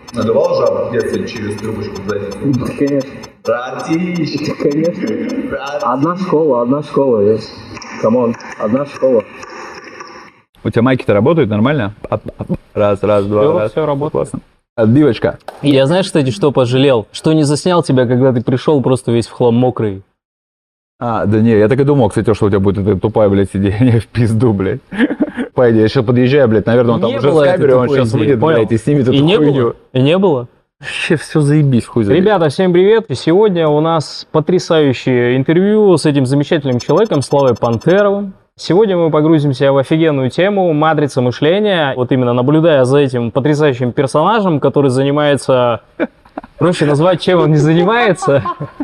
Надавал жабу в детстве через трубочку в задницу? Конечно. Братишка. Конечно. Братишка. Одна школа есть. Камон, одна школа. У тебя майки-то работают нормально? Раз, два, раз. Все работает. Классно. Отбивочка. Я знаешь, кстати, что пожалел? Что не заснял тебя, когда ты пришел просто весь в хлам мокрый. Да не, я так и думал, кстати, что у тебя будет эта тупая, блядь, идея в пизду, блядь. По идее, я сейчас подъезжаю, блядь, наверное, он там уже с камерой, он сейчас выйдет, блядь, и снимет эту хуйню. И не было? Вообще все заебись, хуй заебись. Ребята, всем привет! Сегодня у нас потрясающее интервью с этим замечательным человеком, Славой Пантеровым. Сегодня мы погрузимся в офигенную тему матрица мышления. Вот именно наблюдая за этим потрясающим персонажем, который занимается... Проще назвать, чем он не занимается.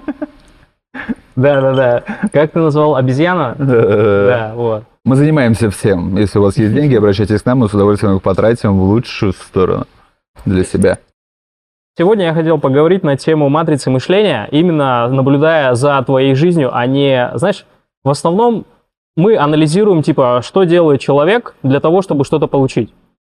Да. Как ты назвал? Обезьяна? Да, вот. Мы занимаемся всем. Если у вас есть деньги, обращайтесь к нам, мы с удовольствием их потратим в лучшую сторону для себя. Сегодня я хотел поговорить на тему матрицы мышления, именно наблюдая за твоей жизнью, а не, знаешь, в основном мы анализируем, типа, что делает человек для того, чтобы что-то получить.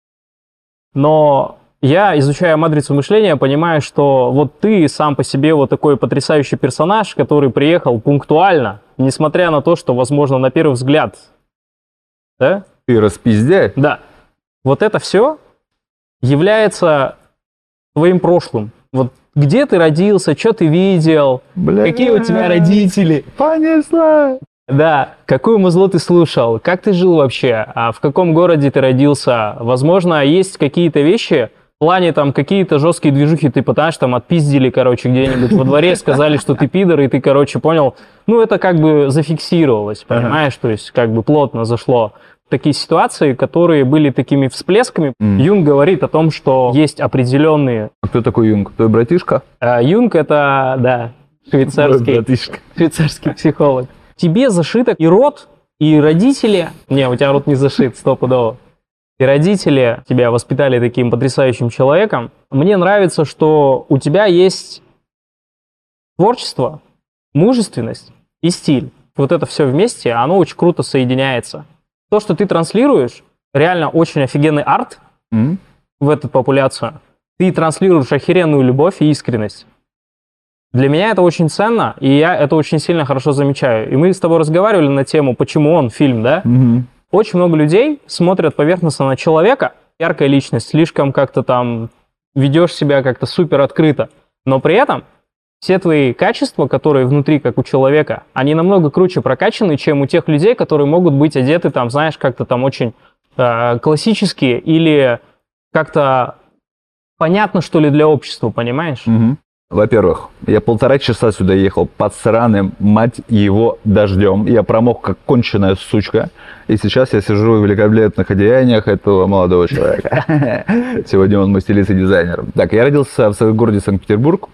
Но я, изучая матрицу мышления, понимаю, что вот ты сам по себе вот такой потрясающий персонаж, который приехал пунктуально, несмотря на то, что, возможно, на первый взгляд, да? Ты распиздяй. Да. Вот это все является твоим прошлым. Вот где ты родился, что ты видел, какие у тебя родители. Понесла. Да, какую музло ты слушал, как ты жил вообще, а в каком городе ты родился. Возможно, есть какие-то вещи, в плане там какие-то жесткие движухи ты пытаешь, там отпиздили, короче, где-нибудь во дворе, сказали, что ты пидор, и ты, короче, понял. Ну, это как бы зафиксировалось, понимаешь, то есть как бы плотно зашло. Такие ситуации, которые были такими всплесками. Юнг говорит о том, что есть определенные... А кто такой Юнг? Твой братишка? Юнг это, да, швейцарский психолог. Тебе зашито и род, и родители... Не, у тебя род не зашит, стопудово. И родители тебя воспитали таким потрясающим человеком. Мне нравится, что у тебя есть творчество, мужественность и стиль. Вот это все вместе, оно очень круто соединяется. То, что ты транслируешь, реально очень офигенный арт в эту популяцию. Ты транслируешь охеренную любовь и искренность. Для меня это очень ценно, и я это очень сильно хорошо замечаю. И мы с тобой разговаривали на тему, почему он фильм, да? Очень много людей смотрят поверхностно на человека, яркая личность, слишком как-то там ведешь себя как-то супер открыто. Но при этом все твои качества, которые внутри, как у человека, они намного круче прокачаны, чем у тех людей, которые могут быть одеты там, знаешь, как-то там очень классические или как-то понятно, что ли, для общества, понимаешь? Во-первых, я 1,5 часа сюда ехал под сраным, мать его, дождем. Я промок, как конченая сучка. И сейчас я сижу в великолепных одеяниях этого молодого человека. Сегодня он мой стилист и дизайнер. Так, я родился в своем городе Санкт-Петербург.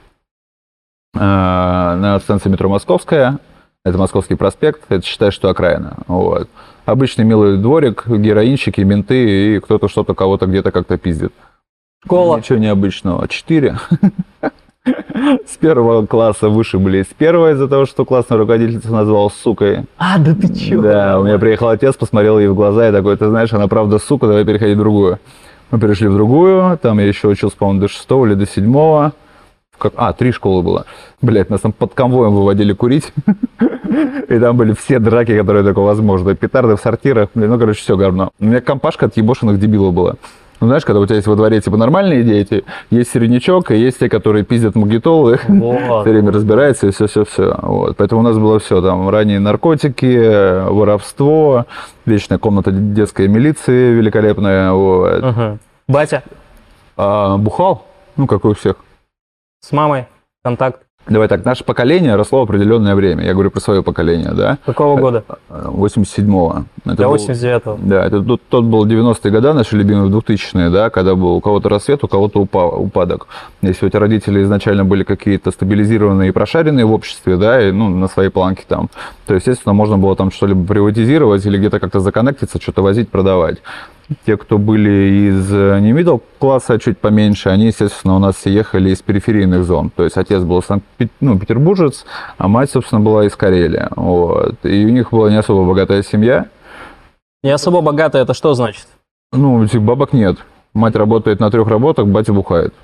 На станции метро Московская. Это Московский проспект. Это считай, что окраина. Вот. Обычный милый дворик, героинщики, менты и кто-то что-то кого-то где-то как-то пиздит. Школа. Ничего необычного. 4. С 1 класса вышибли с 1 из-за того, что классная руководительница назвала сукой. Да ты чё? Да, у меня приехал отец, посмотрел ей в глаза и такой, ты знаешь, она правда сука, давай переходи в другую. Мы перешли в другую, там я еще учился, по-моему, до 6 или до 7. 3 школы было. Блять, нас там под конвоем выводили курить. И там были все драки, которые только возможно. Петарды в сортирах, все говно. У меня компашка от ебошенных дебилов была. Ну, знаешь, когда у тебя есть во дворе типа нормальные дети, есть середнячок, и есть те, которые пиздят магнитолы, все время разбираются и все. Вот. Поэтому у нас было все, там, ранние наркотики, воровство, вечная комната детской милиции великолепная. Вот. Батя? Бухал, как и у всех. С мамой контакт? Давай так, наше поколение росло в определенное время. Я говорю про свое поколение, да? Какого года? 87-го. Я 89-го. Да, это тот был 90-е годы, наши любимые 2000-е, да, когда был у кого-то рассвет, у кого-то упадок. Если у тебя родители изначально были какие-то стабилизированные и прошаренные в обществе, да, и, на своей планке там, то, естественно, можно было там что-либо приватизировать или где-то как-то законнектиться, что-то возить, продавать. Те, кто были из не middle класса, чуть поменьше, они, естественно, у нас все ехали из периферийных зон. То есть отец был петербуржец, а мать, собственно, была из Карелии. Вот. И у них была не особо богатая семья. Не особо богатая, это что значит? Бабок нет. Мать работает на 3 работах, батя бухает.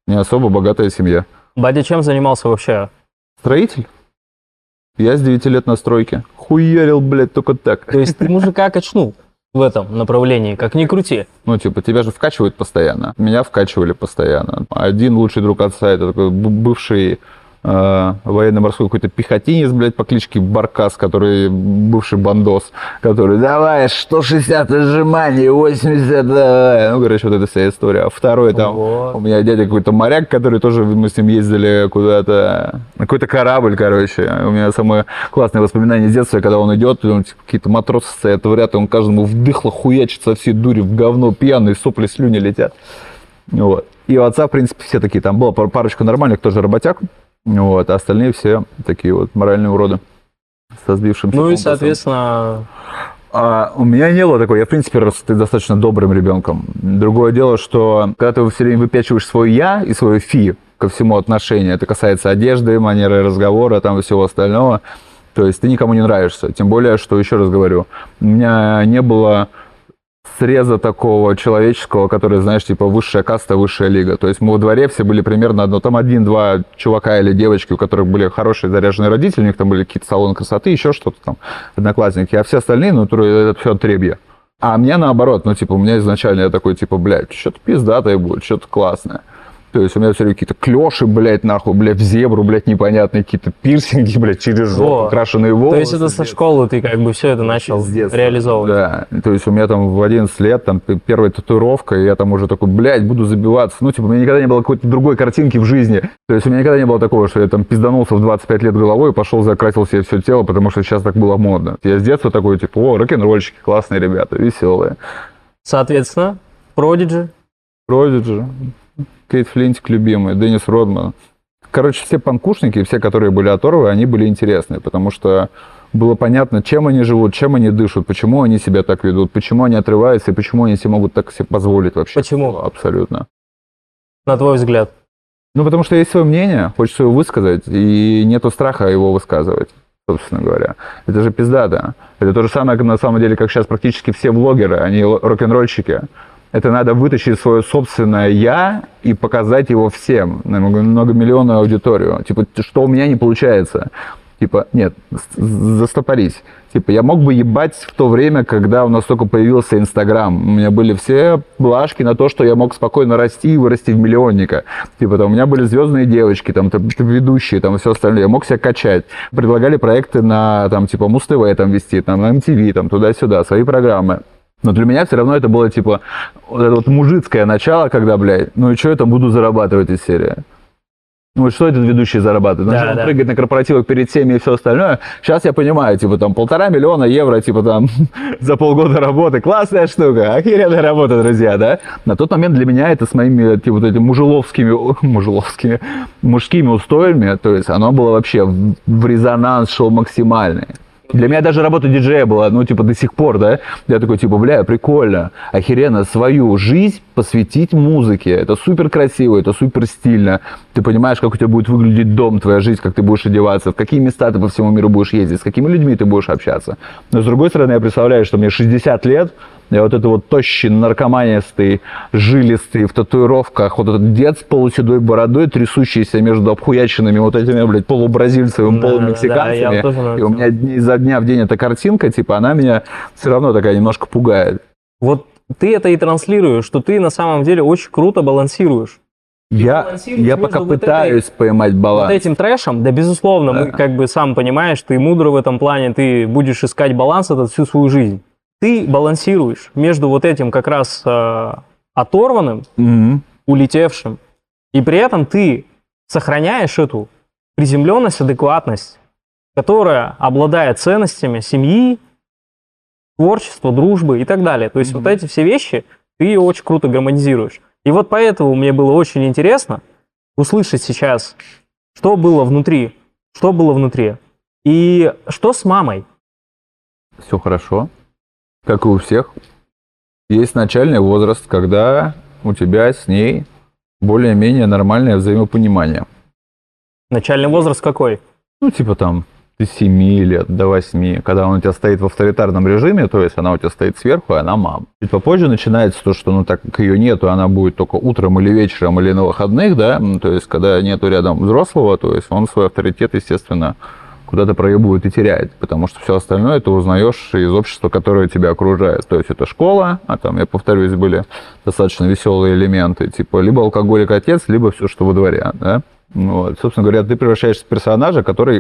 Не особо богатая семья. Батя чем занимался вообще? Строитель? Я с 9 лет на стройке. Хуярил, блядь, только так. То есть ты мужика качнул в этом направлении, как ни крути. Ну, типа, тебя же вкачивают постоянно. Меня вкачивали постоянно. Один лучший друг отца, это такой бывший военно-морской какой-то пехотинец, блядь, по кличке Баркас, который бывший бандос, который давай 160 отжиманий, 80, давай. Ну, короче, вот эта вся история. А второй там, Вот. у меня дядя какой-то моряк, который тоже, мы с ним ездили куда-то, на какой-то корабль, короче. У меня самое классное воспоминание с детства, когда он идет, и он, типа, какие-то матросы стоят в ряд, и он каждому вдыхло хуячит со всей дури в говно, пьяный, сопли, слюни летят. Вот. И у отца, в принципе, все такие, там была парочка нормальных, тоже работяг. Вот, а остальные все такие вот моральные уроды со сбившимся. Ну и, компасом. соответственно, У меня не было такого. Я, в принципе, рос достаточно добрым ребенком. Другое дело, что когда ты все время выпячиваешь свое «я» и свое «фи» ко всему отношению, это касается одежды, манеры разговора, там и всего остального, то есть ты никому не нравишься. Тем более, что, еще раз говорю, у меня не было среза такого человеческого, который, знаешь, типа высшая каста, высшая лига. То есть мы во дворе все были примерно одно, там один-два чувака или девочки, у которых были хорошие заряженные родители, у них там были какие-то салоны красоты, еще что-то там, одноклассники, а все остальные, ну, это все отребье. А мне наоборот, ну, типа, у меня изначально я такой, типа, блядь, что-то пиздатое будет, что-то классное. То есть у меня все время какие-то клёши, блядь, нахуй, блядь, в зебру, блядь, непонятные, какие-то пирсинги, блядь, через жопу, крашеные волосы. То есть это со школы ты как бы все это начал реализовывать? Да, то есть у меня там в 11 лет там первая татуировка, и я там уже такой, блядь, буду забиваться. Ну, типа, у меня никогда не было какой-то другой картинки в жизни. То есть у меня никогда не было такого, что я там пизданулся в 25 лет головой и пошел закрасил себе все тело, потому что сейчас так было модно. Я с детства такой, типа, о, рок-н-ролльщики, классные ребята, веселые. Соответственно, Продиджи. Продиджи. Кейт Флинтик любимый, Деннис Родман. Короче, все панкушники, все, которые были оторвы, они были интересны, потому что было понятно, чем они живут, чем они дышат, почему они себя так ведут, почему они отрываются и почему они себе могут так себе позволить вообще. Почему? Абсолютно. На твой взгляд? Ну, потому что есть свое мнение, хочется его высказать, и нету страха его высказывать, собственно говоря. Это же пиздато. Это то же самое, на самом деле, как сейчас практически все блогеры, они рок-н-ролльщики. Это надо вытащить свое собственное «я» и показать его всем, на многомиллионную аудиторию. Типа, что у меня не получается. Типа, нет, застопорись. Типа, я мог бы ебать в то время, когда у нас только появился Инстаграм. У меня были все блажки на то, что я мог спокойно расти и вырасти в миллионника. Типа, там у меня были звездные девочки, там, ведущие, там, и все остальное. Я мог себя качать. Предлагали проекты на, там, типа, Муз-ТВ там вести, там, на MTV, там, туда-сюда, свои программы. Но для меня все равно это было, типа, вот это вот мужицкое начало, когда, блядь, ну и что я там буду зарабатывать из серии? Ну, что этот ведущий зарабатывает? Да, Он прыгает на корпоративах перед всеми и все остальное. Сейчас я понимаю, типа, там, 1,5 миллиона евро, типа, там, за полгода работы. Классная штука, охеренная работа, друзья, да? На тот момент для меня это с моими, типа, вот этими мужскими устоями, то есть оно было вообще в резонанс шел максимальный. Для меня даже работа диджея была, ну, типа, до сих пор, да, я такой, типа, бля, прикольно, охеренно, свою жизнь посвятить музыке, это супер красиво, это супер стильно, ты понимаешь, как у тебя будет выглядеть дом, твоя жизнь, как ты будешь одеваться, в какие места ты по всему миру будешь ездить, с какими людьми ты будешь общаться. Но, с другой стороны, я представляю, что мне 60 лет, я вот это вот тощий, наркоманистый, жилистый, в татуировках, вот этот дед с полуседой бородой, трясущийся между обхуяченными вот этими, блядь, полубразильцами, полумексиканцами. И у меня изо дня в день эта картинка, типа, она меня все равно такая немножко пугает. Вот ты это и транслируешь, что ты на самом деле очень круто балансируешь. Я пока пытаюсь поймать баланс. Вот этим трэшем, да, безусловно, мы, как бы, сам понимаешь, ты мудро в этом плане, ты будешь искать баланс этот всю свою жизнь. Ты балансируешь между вот этим как раз оторванным, улетевшим, и при этом ты сохраняешь эту приземленность, адекватность, которая обладает ценностями семьи, творчества, дружбы и так далее. То есть вот эти все вещи ты очень круто гармонизируешь. И вот поэтому мне было очень интересно услышать сейчас, что было внутри, и что с мамой. Все хорошо. Как и у всех, есть начальный возраст, когда у тебя с ней более-менее нормальное взаимопонимание. Начальный возраст какой? Ну, типа там с 7 лет до 8, когда он у тебя стоит в авторитарном режиме, то есть она у тебя стоит сверху, и она мама. Чуть попозже начинается то, что, ну, так как ее нету, она будет только утром или вечером, или на выходных, да, ну, то есть когда нету рядом взрослого, то есть он свой авторитет, естественно, куда-то проебывает и теряет, потому что все остальное ты узнаешь из общества, которое тебя окружает. То есть это школа, а там, я повторюсь, были достаточно веселые элементы, типа либо алкоголик отец, либо все, что во дворе, да. Вот. Собственно говоря, ты превращаешься в персонажа, который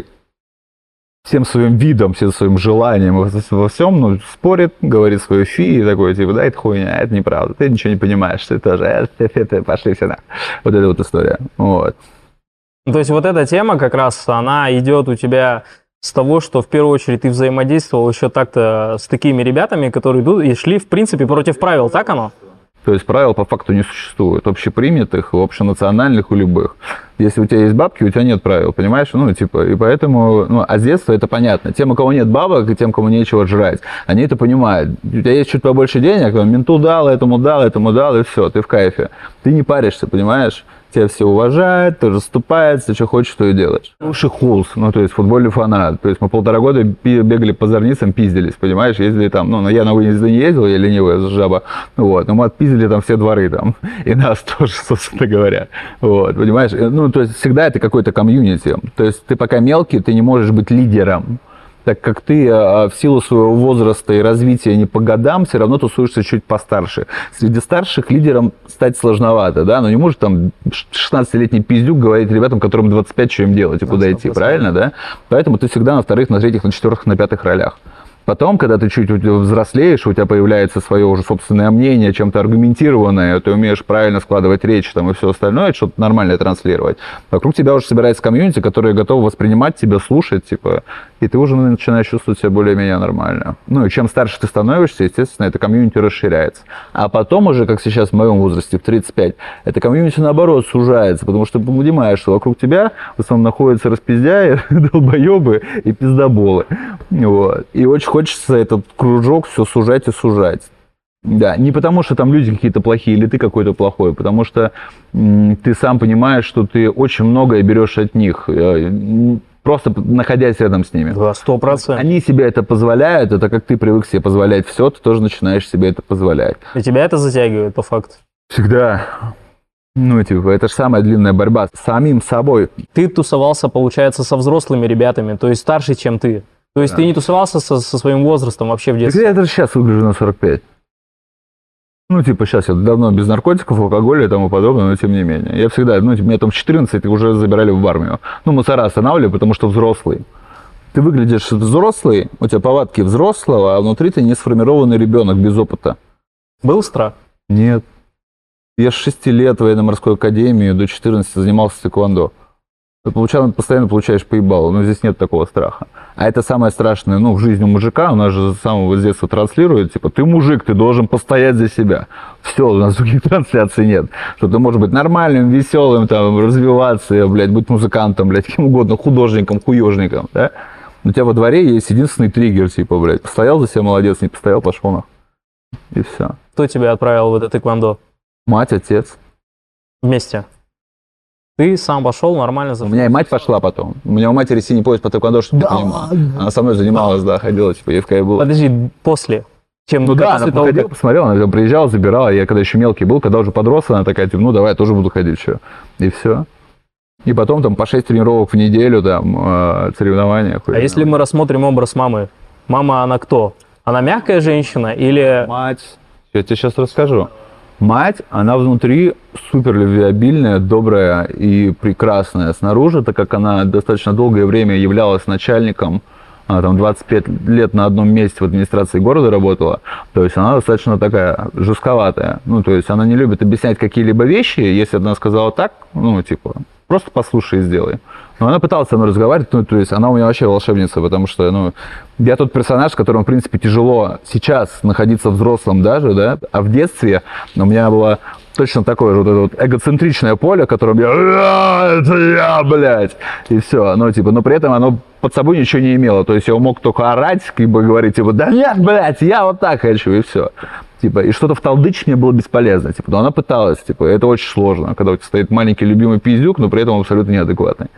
всем своим видом, всем своим желанием во всем, ну, спорит, говорит свою фи и такой, типа, да, это хуйня, это неправда, ты ничего не понимаешь, ты тоже, это пошли все на. Вот эта вот история. Вот. То есть вот эта тема как раз, она идет у тебя с того, что в первую очередь ты взаимодействовал еще так-то с такими ребятами, которые идут и шли, в принципе, против правил, так оно? То есть правил по факту не существует, общепринятых, общенациональных у любых. Если у тебя есть бабки, у тебя нет правил, понимаешь? Ну, типа, и поэтому, ну, а с детства это понятно. Тем, у кого нет бабок, и тем, кому нечего жрать, они это понимают. У тебя есть чуть побольше денег, менту дал, этому дал, и все, ты в кайфе. Ты не паришься, понимаешь? Тебя все уважают, ты расступаешься, что хочешь, то и делаешь. Уши Хулс, ну, то есть футбольный фанат. То есть мы 1,5 года бегали по зорницам, пиздились, понимаешь? Ездили там, ну, я на выезды не ездил, я ленивая жаба, вот, но мы отпиздили там все дворы там, и нас тоже, собственно говоря, вот, понимаешь? Ну, то есть всегда это какой-то комьюнити. То есть ты пока мелкий, ты не можешь быть лидером, так как ты в силу своего возраста и развития не по годам, все равно тусуешься чуть постарше. Среди старших лидером стать сложновато, да, но не может там 16-летний пиздюк говорить ребятам, которым 25, что им делать и куда идти, правильно, да? Поэтому ты всегда на вторых, на третьих, на четвертых, на пятых ролях. Потом, когда ты чуть взрослеешь, у тебя появляется свое уже собственное мнение, чем-то аргументированное, ты умеешь правильно складывать речь там, и все остальное, что-то нормальное транслировать. Вокруг тебя уже собирается комьюнити, которые готовы воспринимать тебя, слушать, типа, и ты уже начинаешь чувствовать себя более-менее нормально. Ну и чем старше ты становишься, естественно, это комьюнити расширяется. А потом уже, как сейчас в моем возрасте, в 35, это комьюнити наоборот сужается, потому что ты понимаешь, что вокруг тебя в основном находятся распиздяи, долбоебы и пиздоболы. Вот. И очень хочется этот кружок все сужать и сужать. Да, не потому что там люди какие-то плохие или ты какой-то плохой, потому что ты сам понимаешь, что ты очень многое берешь от них, просто находясь рядом с ними. Да, 100%. Они себе это позволяют, это как ты привык себе позволять все, ты тоже начинаешь себе это позволять. И тебя это затягивает, по факту? Всегда. Ну, типа, это же самая длинная борьба с самим собой. Ты тусовался, получается, со взрослыми ребятами, то есть старше, чем ты. То есть ты не тусовался со своим возрастом вообще в детстве? Я даже сейчас выгляжу на 45. Ну, типа, сейчас я давно без наркотиков, алкоголя и тому подобное, но тем не менее. Я всегда, ну, типа, меня там в 14 уже забирали в армию. Ну, мусора останавливали, потому что взрослый. Ты выглядишь взрослый, у тебя повадки взрослого, а внутри ты не сформированный ребенок без опыта. Был страх? Нет. Я с 6 лет в военно-морской академии до 14 занимался тэквондо. Ты постоянно получаешь поебало, но здесь нет такого страха. А это самое страшное, ну, в жизни у мужика, у нас же с самого детства транслирует, типа, ты мужик, ты должен постоять за себя. Все, у нас других трансляций нет. Что ты можешь быть нормальным, веселым, там, развиваться, блядь, быть музыкантом, блядь, кем угодно, художником, хуёжником, да? У тебя во дворе есть единственный триггер, типа, блядь, постоял за себя, молодец, не постоял, пошел на. И все. Кто тебя отправил в это тэквондо? Мать, отец. Вместе? Ты сам пошел, нормально У меня и мать пошла потом. У меня у матери синий пояс по тэквондо, чтобы ты понимал. Она со мной занималась, да, ходила, типа, ей в кайф было. Подожди, после? Чем, Ну да, она после того, походила, как- посмотрела, она там приезжала, забирала. Я когда еще мелкий был, когда уже подрос, она такая, типа, ну давай, я тоже буду ходить, что. И все. И потом там по 6 тренировок в неделю, там, соревнования. А если мы рассмотрим образ мамы? Мама, она кто? Она мягкая женщина или... Мать, я тебе сейчас расскажу. Мать, она внутри супер любвеобильная, добрая и прекрасная. Снаружи, так как она достаточно долгое время являлась начальником, она там 25 лет на одном месте в администрации города работала, то есть она достаточно такая жестковатая. Ну, то есть она не любит объяснять какие-либо вещи, если она сказала так, ну, типа, просто послушай и сделай. Но она пыталась со мной разговаривать, ну, то есть она у меня вообще волшебница, потому что, ну, я тот персонаж, с которым, в принципе, тяжело сейчас находиться взрослым даже, да, а в детстве у меня было точно такое же вот это вот эгоцентричное поле, в котором я, это я, блядь, и все, ну, типа, но при этом оно под собой ничего не имела. То есть я мог только орать, как бы говорить, типа, да нет, блядь, я вот так хочу, и все. Типа, и что-то вталдычить мне было бесполезно. Типа, но она пыталась, типа, это очень сложно, когда у тебя стоит маленький любимый пиздюк, но при этом абсолютно неадекватный.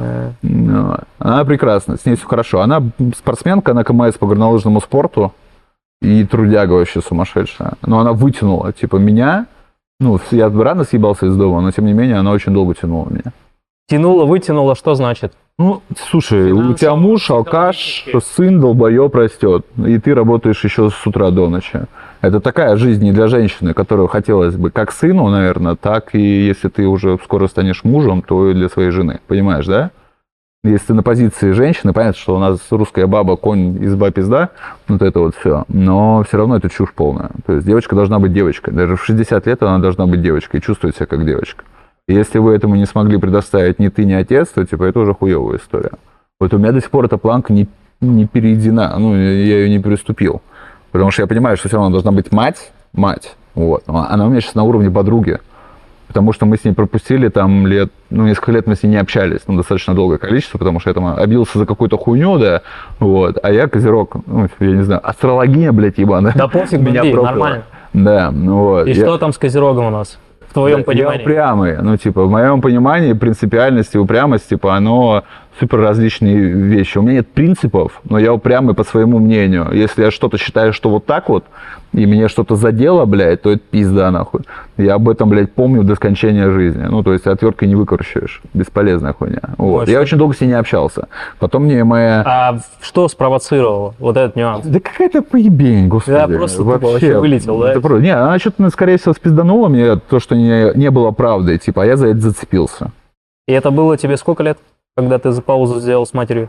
Но она прекрасна, с ней все хорошо. Она спортсменка, она КМС по горнолыжному спорту и трудяга вообще сумасшедшая. Но она вытянула, типа, меня. Ну, я рано съебался из дома, но тем не менее она очень долго тянула меня. Тянула, вытянула, что значит? Ну, слушай, у тебя муж, алкаш, сын долбоеб растет, и ты работаешь еще с утра до ночи. Это такая жизнь не для женщины, которую хотелось бы как сыну, наверное, так и если ты уже скоро станешь мужем, то и для своей жены. Понимаешь, да? Если ты на позиции женщины, понятно, что у нас русская баба, конь, изба, пизда, вот это вот все. Но все равно это чушь полная. То есть девочка должна быть девочкой. Даже в 60 лет она должна быть девочкой и чувствовать себя как девочка. И если вы этому не смогли предоставить ни ты, ни отец, то типа это уже хуевая история. Вот у меня до сих пор эта планка не перейдена, ну, я ее не переступил. Потому что я понимаю, что все равно должна быть мать. Вот. Она у меня сейчас на уровне подруги. Потому что мы с ней пропустили там несколько лет мы с ней не общались, достаточно долгое количество, потому что я там обился за какую-то хуйню, да, вот, а я козерог, я не знаю, астрология, блядь, ебаная. Да пофиг, меня нормально. Да, вот. И что там с козерогом у нас? В твоем понимании? Я упрямый, в моем понимании принципиальность и упрямость, оно супер различные вещи. У меня нет принципов, но я упрямый по своему мнению. Если я что-то считаю, что вот так вот, и мне что-то задело, блядь, то это пизда, нахуй. Я об этом, блядь, помню до скончания жизни. То есть отверткой не выкручиваешь. Бесполезная хуйня. Вот. Я очень долго с ней не общался. Потом мне моя... А что спровоцировало вот этот нюанс? Да какая-то поебень, господи. Да, просто вообще вылетел, да? Не, она что-то, скорее всего, спизданула мне то, что не было правдой, а я за это зацепился. И это было тебе сколько лет, когда ты за паузу сделал с матерью?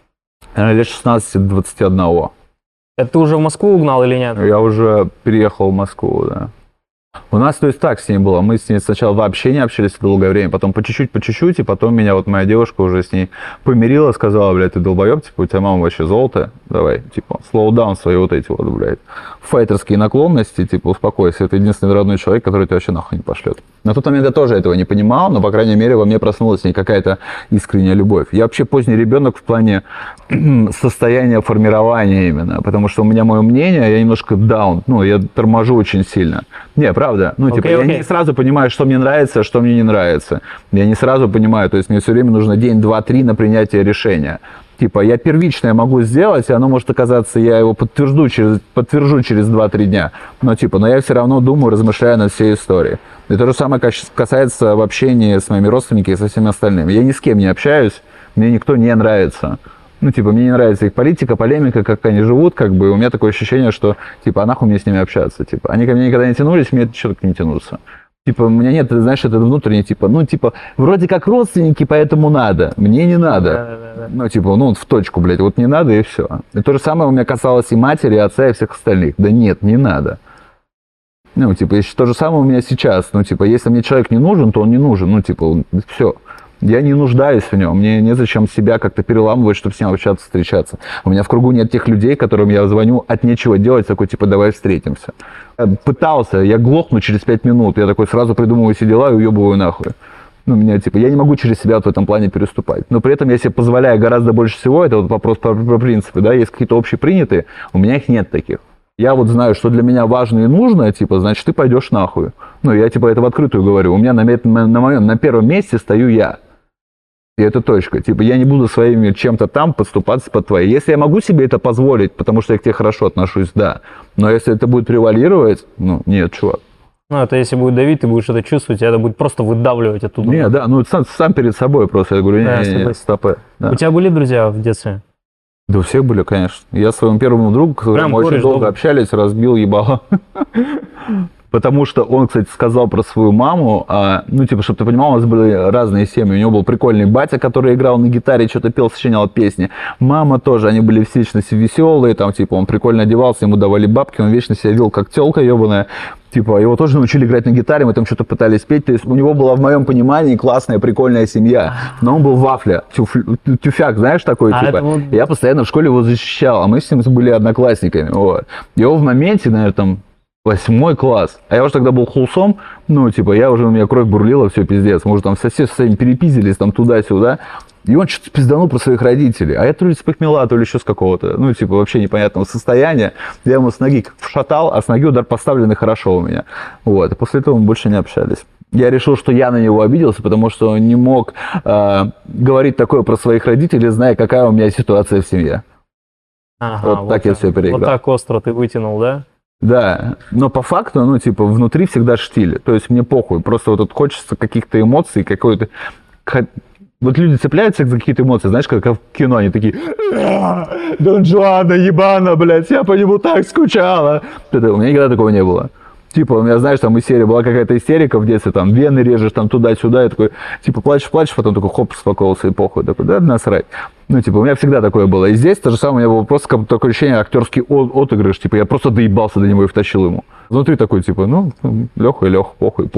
Лет 16-21. Это ты уже в Москву угнал или нет? Я уже переехал в Москву, да. У нас, то есть, так с ней было. Мы с ней сначала вообще не общались долгое время, потом по чуть-чуть, и потом меня вот моя девушка уже с ней помирила, сказала, блядь, ты долбоеб, у тебя мама вообще золото, давай, slow down свои вот эти вот, блядь, файтерские наклонности, успокойся, это единственный родной человек, который тебя вообще нахуй не пошлет. На тот момент я тоже этого не понимал, но, по крайней мере, во мне проснулась с ней какая-то искренняя любовь. Я вообще поздний ребенок в плане состояния формирования именно, потому что у меня мое мнение, я немножко даун, я торможу очень сильно. Не, правда, я не сразу понимаю, что мне нравится, а что мне не нравится. Я не сразу понимаю, то есть мне все время нужно день, два, три на принятие решения. Я первичное могу сделать, и оно может оказаться, я его подтвержу через 2-3 дня. Но я все равно думаю, размышляю над всей историей. И то же самое касается в общении с моими родственниками и со всеми остальными. Я ни с кем не общаюсь, мне никто не нравится. Мне не нравится их политика, полемика, как они живут, у меня такое ощущение, что, а нахуй мне с ними общаться, они ко мне никогда не тянулись, мне что-то к ним тянуться. У меня нет, знаешь, это внутреннее, вроде как родственники, поэтому надо, мне не надо. В точку, блядь, вот не надо и все. И то же самое у меня касалось и матери, и отца, и всех остальных. Да нет, не надо. То же самое у меня сейчас. Если мне человек не нужен, то он не нужен. Все. Я не нуждаюсь в нем, мне незачем себя как-то переламывать, чтобы с ним общаться, встречаться. У меня в кругу нет тех людей, которым я звоню от нечего делать, давай встретимся. Я пытался, я глохну через 5 минут, я такой сразу придумываю все дела и уебываю нахуй. Я не могу через себя в этом плане переступать. Но при этом я себе позволяю гораздо больше всего, это вот вопрос про принципы, да, есть какие-то общепринятые, у меня их нет таких. Я вот знаю, что для меня важно и нужно, значит, ты пойдешь нахуй. Я это в открытую говорю. У меня на первом месте стою я. И это точка. Я не буду своими чем-то там подступаться под твои. Если я могу себе это позволить, потому что я к тебе хорошо отношусь, да. Но если это будет превалировать, нет, чувак. Это если будет давить, ты будешь это чувствовать, и это будет просто выдавливать оттуда. Не, да, сам перед собой просто. Я говорю, не, стопэ. Да. У тебя были друзья в детстве? Да у всех были, конечно. Я своему первому другу, с которым мы очень долго общались, разбил ебало. Потому что он, кстати, сказал про свою маму, чтобы ты понимал, у нас были разные семьи. У него был прикольный батя, который играл на гитаре, что-то пел, сочинял песни. Мама тоже, они были вечно веселые, он прикольно одевался, ему давали бабки, он вечно себя вел как тёлка ебаная. Его тоже научили играть на гитаре, мы там что-то пытались петь. То есть у него была, в моем понимании, классная, прикольная семья. Но он был вафля, тюфяк, знаешь, такой, Я постоянно в школе его защищал, а мы с ним были одноклассниками. Вот. Его в моменте, наверное, 8 класс. А я уже тогда был хулсом, у меня кровь бурлила, все, пиздец. Мы уже там все с этим перепиздились, туда-сюда. И он что-то пизданул про своих родителей. А я то ли с похмела, то ли еще с какого-то, ну, типа, вообще непонятного состояния. Я ему с ноги как вшатал, а с ноги удар поставленный хорошо у меня. Вот. И после этого мы больше не общались. Я решил, что я на него обиделся, потому что он не мог говорить такое про своих родителей, зная, какая у меня ситуация в семье. Ага, вот так я все переиграл. Вот так остро ты вытянул, да? Да, но по факту, ну, типа, внутри всегда штиль. То есть мне похуй, просто вот тут хочется каких-то эмоций, какой-то... Вот люди цепляются за какие-то эмоции, знаешь, как в кино, они такие: Дон Жуана, ебана, блядь, я по нему так скучала. У меня никогда такого не было. Типа, у меня, знаешь, там из серии была какая-то истерика в детстве, там, вены режешь, там, туда-сюда, я такой, типа, плачешь, потом такой, хоп, успокоился и похуй, такой, да, насрать. Ну, типа, у меня всегда такое было. И здесь то же самое, у меня было просто как такое ощущение, актерский отыгрыш, типа, я просто доебался до него и втащил ему. Внутри такой, типа, ну, Леха и Леха, похуй.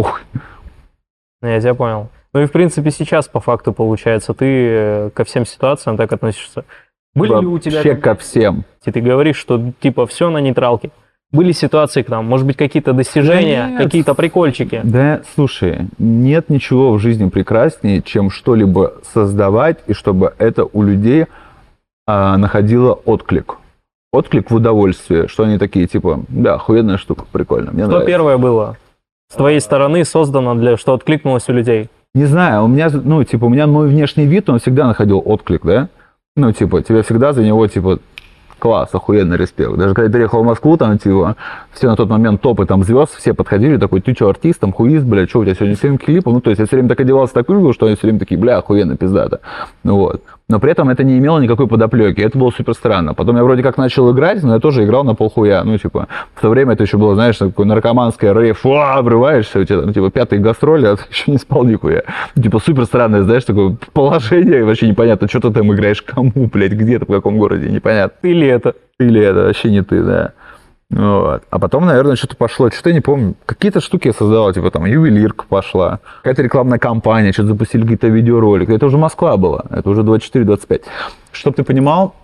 Я тебя понял. Ну и, в принципе, сейчас, по факту, получается, ты ко всем ситуациям так относишься. Были ли у тебя... Вообще ко всем. Ты говоришь, что, типа, все на нейтралке. Были ситуации, там, может быть, какие-то достижения, какие-то прикольчики? Да, слушай, нет ничего в жизни прекраснее, чем что-либо создавать, и чтобы это у людей находило отклик. Отклик в удовольствие, что они такие, типа, да, охуенная штука, прикольно, мне нравится. Что первое было с твоей стороны создано, для что откликнулось у людей? Не знаю, у меня, ну, типа, у меня мой внешний вид, он всегда находил отклик, да? Ну, типа, тебя всегда за него, типа, класс, охуенный респект. Даже когда я переехал в Москву, там, типа, все на тот момент топы там звезд, все подходили, такой, ты что, артист, там, хуист, блядь, что у тебя сегодня 7 клипов? Ну, то есть я все время так одевался, так выглядел, что они все время такие, бля, охуенно, пиздато. Ну, вот. Но при этом это не имело никакой подоплеки, это было супер странно. Потом я вроде как начал играть, но я тоже играл на полхуя. Ну, типа, в то время это еще было, знаешь, такое наркоманское рейв, обрываешься, у тебя там, типа, 5-й гастроли, а ты еще не спал нихуя. Типа, супер странное, знаешь, такое положение, вообще непонятно, что ты там играешь, кому, блядь, где-то, в каком городе, непонятно. Или это, вообще не ты, да. Вот. А потом, наверное, что-то пошло, что-то я не помню. Какие-то штуки я создавал, типа там ювелирка пошла, какая-то рекламная кампания, что-то запустили какие-то видеоролики. Это уже Москва была, это уже 24-25. Чтоб ты понимал,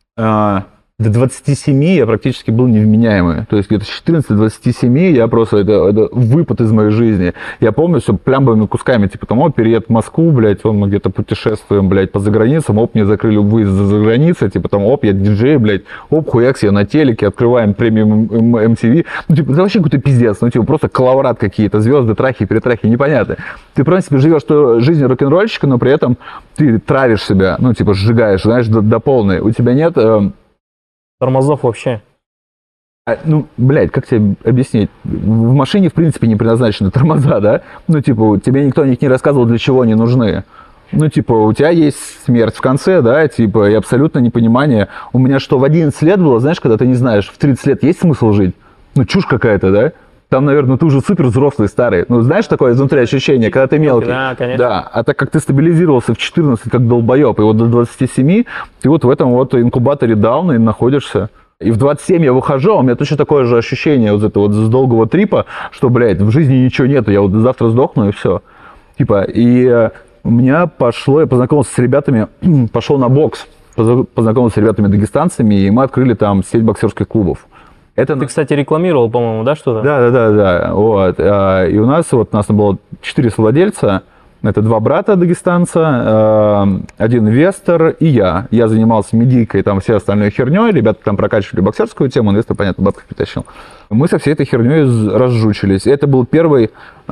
до 27 я практически был невменяемый. То есть где-то с 14 до 27 я просто, это выпад из моей жизни. Я помню все плямбовыми кусками, типа там, переезд в Москву, блядь, мы где-то путешествуем, блядь, по заграницам, мне закрыли выезд за границей, типа там, я диджей, блядь, хуякс, я на телеке, открываем премиум MTV. Ну, типа, это вообще какой-то пиздец, ну, типа, просто коловрат какие-то, звезды, трахи, перетрахи, непонятно. Ты, в принципе, живешь жизнь рок-н-ролльщика, но при этом ты травишь себя, ну, типа, сжигаешь, знаешь, до полной. У тебя нет... тормозов вообще. Ну, блядь, как тебе объяснить? В машине, в принципе, не предназначены тормоза, да? Ну, типа, тебе никто о них не рассказывал, для чего они нужны. Ну, типа, у тебя есть смерть в конце, да, типа, и абсолютно непонимание. У меня что, в 11 лет было, знаешь, когда ты не знаешь, в 30 лет есть смысл жить? Ну, чушь какая-то, да? Там, наверное, ты уже супер взрослый, старый. Ну, знаешь, такое изнутри ощущение, когда ты мелкий. Да, конечно. Да, а так как ты стабилизировался в 14 как долбоеб, и вот до 27 ты вот в этом вот инкубаторе дауна и находишься. И в 27 я выхожу, а у меня точно такое же ощущение вот этого вот с долгого трипа, что, блядь, в жизни ничего нету, я вот завтра сдохну и все. Типа, и у меня пошло, я познакомился с ребятами, пошел на бокс, познакомился с ребятами-дагестанцами, и мы открыли там сеть боксерских клубов. Это... Ты, кстати, рекламировал, по-моему, да, что-то? Да. Вот. И у нас было 4 совладельца. Это 2 брата дагестанца, 1 инвестор и я. Я занимался медийкой, там, всей остальной херней. Ребята там прокачивали боксерскую тему, инвестор, понятно, бабки притащил. Мы со всей этой херней разжучились. Это был первый,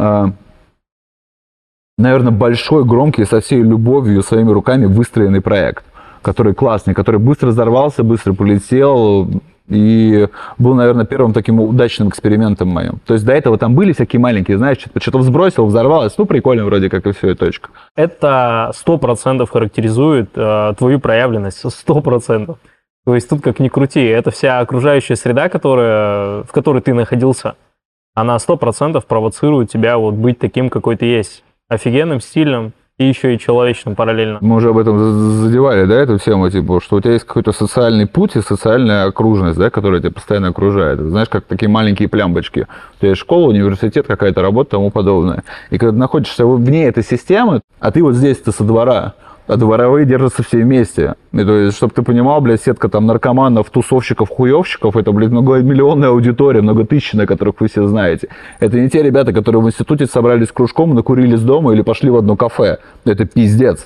наверное, большой, громкий, со всей любовью, своими руками выстроенный проект, который классный, который быстро взорвался, быстро полетел. И был, наверное, первым таким удачным экспериментом моим. То есть до этого там были всякие маленькие, знаешь, что-то взбросил, взорвалось, ну, прикольно вроде как и все, и точка. Это 100% характеризует твою проявленность, 100%. То есть тут как ни крути, это вся окружающая среда, в которой ты находился, она 100% провоцирует тебя вот быть таким, какой ты есть. Офигенным, стильным. И еще и человечным параллельно. Мы уже об этом задевали, да, эту тему, типа, что у тебя есть какой-то социальный путь и социальная окружность, да, которая тебя постоянно окружает. Знаешь, как такие маленькие плямбочки. У тебя есть школа, университет, какая-то работа, тому подобное. И когда ты находишься вне этой системы, а ты вот здесь-то со двора, а дворовые держатся все вместе. И то есть, чтобы ты понимал, блядь, сетка там наркоманов, тусовщиков, хуевщиков, это, блядь, многомиллионная аудитория, многотысячная, которых вы все знаете. Это не те ребята, которые в институте собрались кружком, накурились дома или пошли в одно кафе. Это пиздец.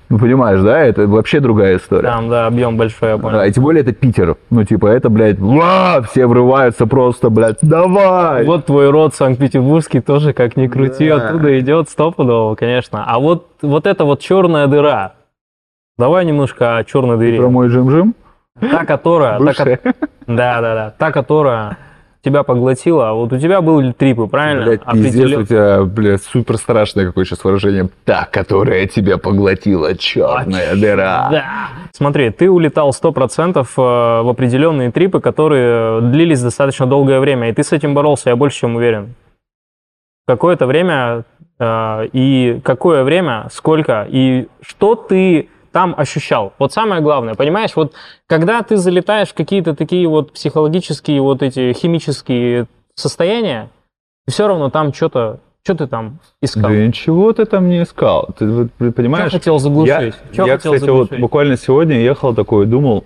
Ну, понимаешь, да? Это вообще другая история. Там, да, объем большой, я понял. Да, и тем более это Питер. Ну, типа, это, блядь, все врываются просто, блядь, давай! Вот твой род Санкт-Петербургский тоже, как ни крути, Да. оттуда идет стопудово, конечно. А вот эта вот черная дыра. Давай немножко о черной дыре. Про мой Джим-Джим? Та, которая... Бывшая. Да. Та, которая тебя поглотила. Вот у тебя были трипы, правильно? Блядь, пиздец, у тебя, блядь, супер страшное какое сейчас выражение. Та, которая тебя поглотила, черная дыра. Да. Смотри, ты улетал 100% в определенные трипы, которые длились достаточно долгое время, и ты с этим боролся, я больше чем уверен. Какое-то время, и какое время, сколько, и что ты там ощущал. Вот самое главное, понимаешь, вот когда ты залетаешь в какие-то такие вот психологические, вот эти химические состояния, все равно там что ты там искал? Да ничего ты там не искал. Ты вот, понимаешь? Что хотел заглушить? Я, кстати, вот буквально сегодня ехал такой, думал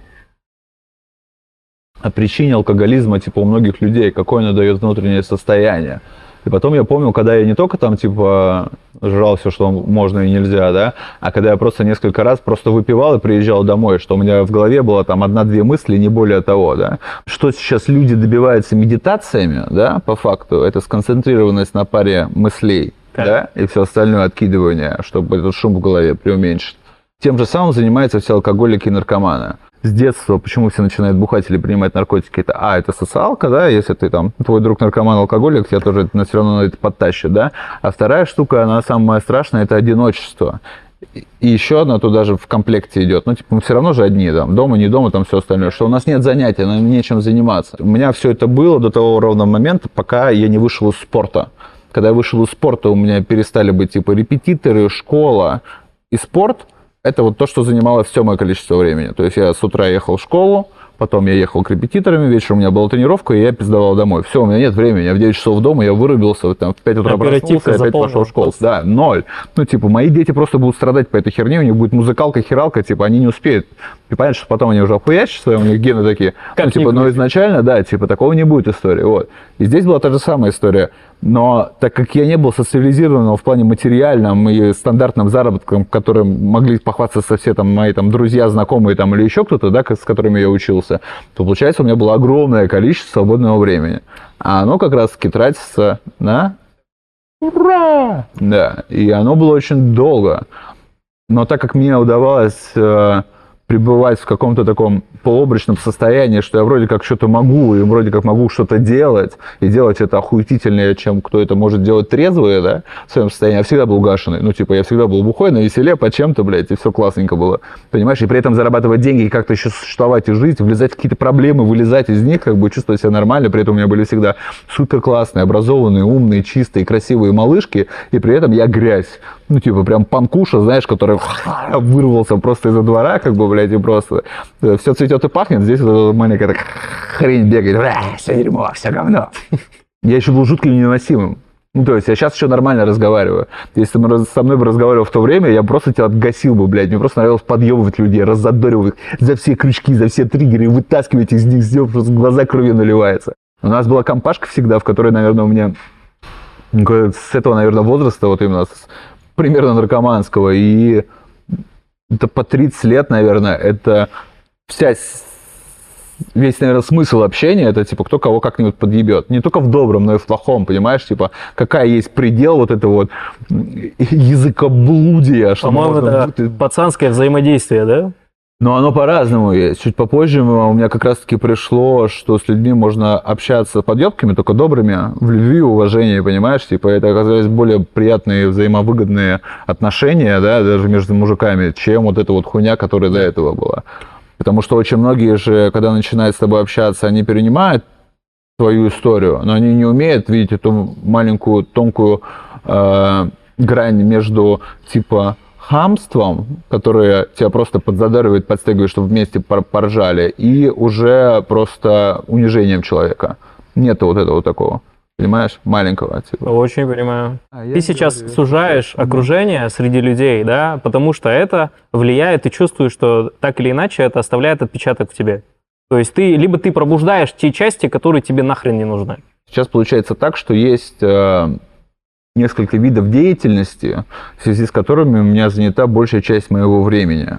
о причине алкоголизма, типа, у многих людей, какое оно дает внутреннее состояние. И потом я помню, когда я не только там, типа, жрал все, что можно и нельзя, да, а когда я просто несколько раз просто выпивал и приезжал домой, что у меня в голове было там 1-2 мысли, не более того, да. Что сейчас люди добиваются медитациями, да, по факту, это сконцентрированность на паре мыслей, да, и все остальное откидывание, чтобы этот шум в голове преуменьшить. Тем же самым занимаются все алкоголики и наркоманы. С детства, почему все начинают бухать или принимать наркотики, это социалка, да, если ты там, твой друг наркоман-алкоголик, тебя тоже все равно это подтащит, да. А вторая штука, она самая страшная, это одиночество. И еще одна туда же в комплекте идет. Ну, типа, мы все равно же одни, там, дома, не дома, там все остальное, что у нас нет занятий, нам нечем заниматься. У меня все это было до того ровного момента, пока я не вышел из спорта. Когда я вышел из спорта, у меня перестали быть, типа, репетиторы, школа и спорт. Это вот то, что занимало все мое количество времени. То есть я с утра ехал в школу, потом я ехал к репетиторам, вечером у меня была тренировка, и я пиздовал домой. Все, у меня нет времени. Я в 9 часов дома, я вырубился, там, в 5 утра проснулся, и опять пошел в школу. Да, 0. Ну, типа, мои дети просто будут страдать по этой херне, у них будет музыкалка, хералка, типа, они не успеют. И понятно, что потом они уже охуячатся, у них гены такие. Как ну, типа, но изначально, да, типа, такого не будет истории. Вот. И здесь была та же самая история. Но так как я не был социализирован в плане материальном и стандартным заработком, которым могли похвастаться все там мои там друзья, знакомые там или еще кто-то, да, с которыми я учился, то получается у меня было огромное количество свободного времени. А оно как раз-таки тратится на ура! Да, и оно было очень долго. Но так как мне удавалось пребывать в каком-то таком полуобрачном состоянии, что я вроде как что-то могу, и вроде как могу что-то делать, и делать это охуительнее, чем кто это может делать трезвые, да, в своем состоянии. Я всегда был гашеный. Ну, типа, я всегда был бухой, на веселе, по чем-то, блядь, и все классненько было. Понимаешь? И при этом зарабатывать деньги, и как-то еще существовать и жить, влезать в какие-то проблемы, вылезать из них, как бы чувствовать себя нормально. При этом у меня были всегда супер классные, образованные, умные, чистые, красивые малышки, и при этом я грязь. Ну, типа, прям панкуша, знаешь, который вырвался просто из-за двора, как бы, блядь, и просто все цветет и пахнет, здесь вот маленькая такая хрень бегает, все дерьмо, все говно. Я еще был жутко невыносимым. Ну, то есть, я сейчас еще нормально разговариваю. Если бы со мной бы разговаривал в то время, я просто тебя отгасил бы, блядь. Мне просто нравилось подъебывать людей, раззадоривать их за все крючки, за все триггеры, вытаскивать из них, сделать, просто глаза кровью наливается. У нас была компашка всегда, в которой, наверное, у меня с этого, наверное, возраста, вот именно примерно наркоманского, и это по 30 лет, наверное, это весь, наверное, смысл общения, это, типа, кто кого как-нибудь подъебет. Не только в добром, но и в плохом, понимаешь? Типа, какая есть предел вот это вот языкоблудия. По-моему, это пацанское взаимодействие, да? Но оно по-разному есть. Чуть попозже у меня как раз-таки пришло, что с людьми можно общаться подъебками, только добрыми, в любви и уважении, понимаешь? Типа, это оказались более приятные, взаимовыгодные отношения, да, даже между мужиками, чем вот эта вот хуйня, которая до этого была. Потому что очень многие же, когда начинают с тобой общаться, они перенимают твою историю, но они не умеют видеть эту маленькую, тонкую грань между, типа, хамством, которое тебя просто подзадаривает, подстегивает, чтобы вместе поржали, и уже просто унижением человека. Нету вот этого такого, понимаешь, маленького. Типа. Очень понимаю. Ты сейчас сужаешь окружение среди людей, да, потому что это влияет, ты чувствуешь, что так или иначе это оставляет отпечаток в тебе. То есть либо ты пробуждаешь те части, которые тебе нахрен не нужны. Сейчас получается так, что есть несколько видов деятельности, в связи с которыми у меня занята большая часть моего времени.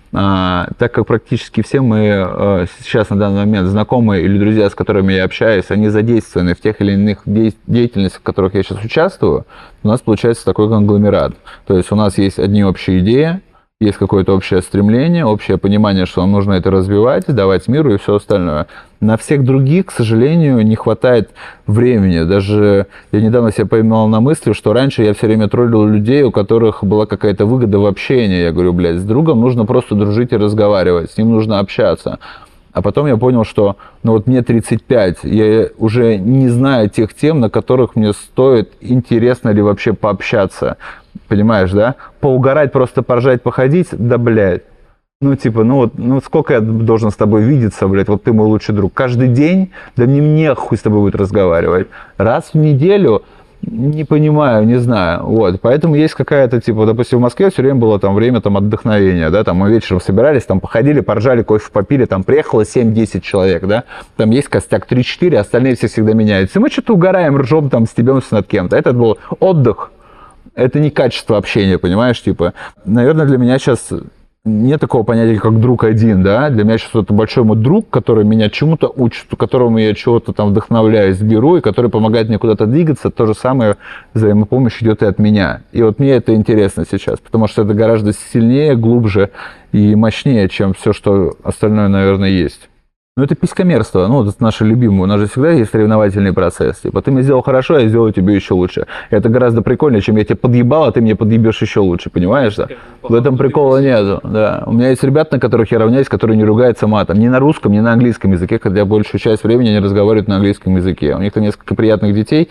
Так как практически все мы сейчас на данный момент знакомые или друзья, с которыми я общаюсь, они задействованы в тех или иных деятельностях, в которых я сейчас участвую, у нас получается такой конгломерат. То есть у нас есть одни общие идеи, есть какое-то общее стремление, общее понимание, что нам нужно это развивать, давать миру и все остальное. На всех других, к сожалению, не хватает времени. Даже я недавно себя поймал на мысли, что раньше я все время троллил людей, у которых была какая-то выгода в общении. Я говорю, блядь, с другом нужно просто дружить и разговаривать, с ним нужно общаться. А потом я понял, что ну вот мне 35, я уже не знаю тех тем, на которых мне стоит, интересно ли вообще пообщаться. Понимаешь, да? Поугарать, просто поржать, походить, да, блядь. Ну, типа, ну сколько я должен с тобой видеться, блядь, вот ты мой лучший друг. Каждый день, да мне хуй с тобой будет разговаривать. Раз в неделю, не понимаю, не знаю. Вот, поэтому есть какая-то, типа, допустим, в Москве все время было там время там отдохновения, да, там мы вечером собирались, там походили, поржали, кофе попили, там приехало 7-10 человек, да, там есть костяк 3-4, остальные все всегда меняются. И мы что-то угораем, ржем, там, стебемся над кем-то. Это был отдых. Это не качество общения, понимаешь, типа. Наверное, для меня сейчас нет такого понятия, как друг один, да. Для меня сейчас это большой мой друг, который меня чему-то учит, у которого я чего-то там вдохновляюсь, беру, и который помогает мне куда-то двигаться. То же самое взаимопомощь идет и от меня. И вот мне это интересно сейчас, потому что это гораздо сильнее, глубже и мощнее, чем все, что остальное, наверное, есть. Ну, это писькомерство, ну, это наше любимое. У нас же всегда есть соревновательный процесс. Типа, ты мне сделал хорошо, я сделаю тебе еще лучше. Это гораздо прикольнее, чем я тебя подъебал, а ты мне подъебешь еще лучше, понимаешь? Да? В этом прикола нету, да. У меня есть ребята, на которых я равняюсь, которые не ругаются матом. Ни на русском, ни на английском языке, хотя большую часть времени они разговаривают на английском языке. У них там несколько приятных детей,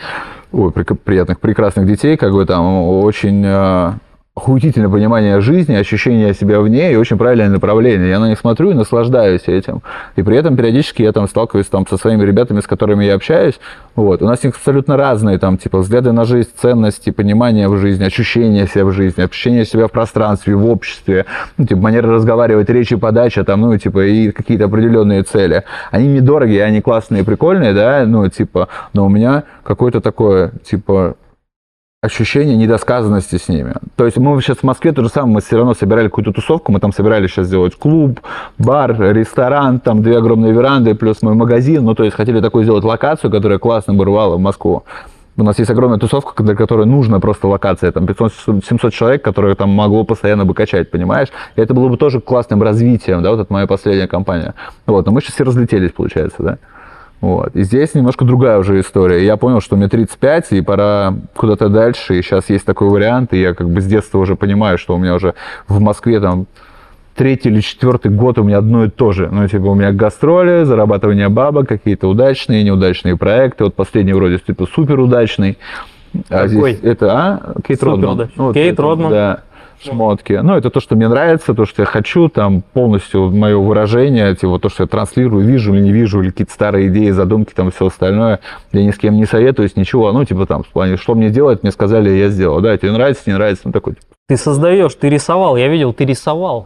прекрасных детей, как бы там очень... охуительное понимание жизни, ощущение себя в ней и очень правильное направление. Я на них смотрю и наслаждаюсь этим. И при этом периодически я там сталкиваюсь там со своими ребятами, с которыми я общаюсь. Вот. У нас у них абсолютно разные там, типа, взгляды на жизнь, ценности, понимание в жизни, ощущение себя в жизни, ощущение себя в пространстве, в обществе, ну, типа, манера разговаривать, речи, подача, там, ну, типа, и какие-то определенные цели. Они мне дорогие, они классные, прикольные, да, ну, типа, но у меня какое-то такое, типа, ощущение недосказанности с ними. То есть мы сейчас в Москве то же самое, мы все равно собирали какую-то тусовку, мы там собирались сейчас сделать клуб, бар, ресторан, там 2 огромные веранды, плюс мой магазин, ну то есть хотели такую сделать локацию, которая классно бы рвала в Москву. У нас есть огромная тусовка, для которой нужна просто локация, там 500-700 человек, которые там могло постоянно бы качать, понимаешь? И это было бы тоже классным развитием, да, вот это моя последняя компания. Вот, но мы сейчас все разлетелись, получается, да. Вот. И здесь немножко другая уже история. Я понял, что мне 35, и пора куда-то дальше. И сейчас есть такой вариант, и я как бы с детства уже понимаю, что у меня уже в Москве там 3-й или 4-й год у меня одно и то же. Ну, типа, у меня гастроли, зарабатывание бабок, какие-то удачные, неудачные проекты. Вот последний вроде, типа, супер удачный. А здесь это, Кейт Родман. Вот Кейт Родман. Да. Шмотки. Ну, это то, что мне нравится, то, что я хочу, там полностью мое выражение, типа то, что я транслирую, вижу или не вижу, или какие-то старые идеи, задумки, там все остальное. Я ни с кем не советуюсь, ничего. Ну, типа там, в плане, что мне делать, мне сказали, я сделал. Да, тебе нравится, не нравится, ну такой. Ты создаешь, ты рисовал, я видел, ты рисовал.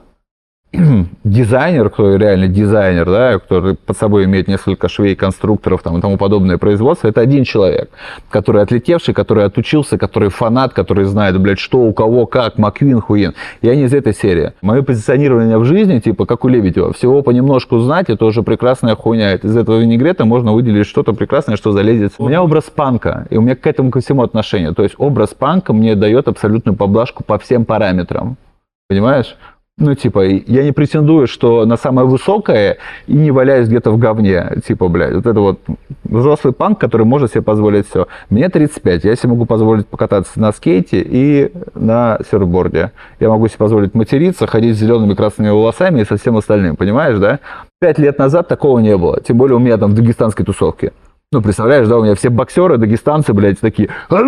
Дизайнер, кто реально дизайнер, да, который под собой имеет несколько швей, конструкторов там, и тому подобное производство, это один человек, который отлетевший, который отучился, который фанат, который знает, блядь, что у кого, как, Маквин, Хуин. Я не из этой серии. Мое позиционирование в жизни, типа, как у Лебедева, всего понемножку знать, это уже прекрасная хуйня. Из этого винегрета можно выделить что-то прекрасное, что залезет. У меня образ панка, и у меня к этому ко всему отношение. То есть образ панка мне дает абсолютную поблажку по всем параметрам. Понимаешь? Ну, типа, я не претендую, что на самое высокое и не валяюсь где-то в говне. Типа, блядь, вот это вот взрослый панк, который может себе позволить все. Мне 35, я себе могу позволить покататься на скейте и на серфборде. Я могу себе позволить материться, ходить с зелеными красными волосами и со всем остальным, понимаешь, да? 5 лет назад такого не было. Тем более у меня там в дагестанской тусовке. Ну, представляешь, да, у меня все боксеры, дагестанцы, блядь, такие...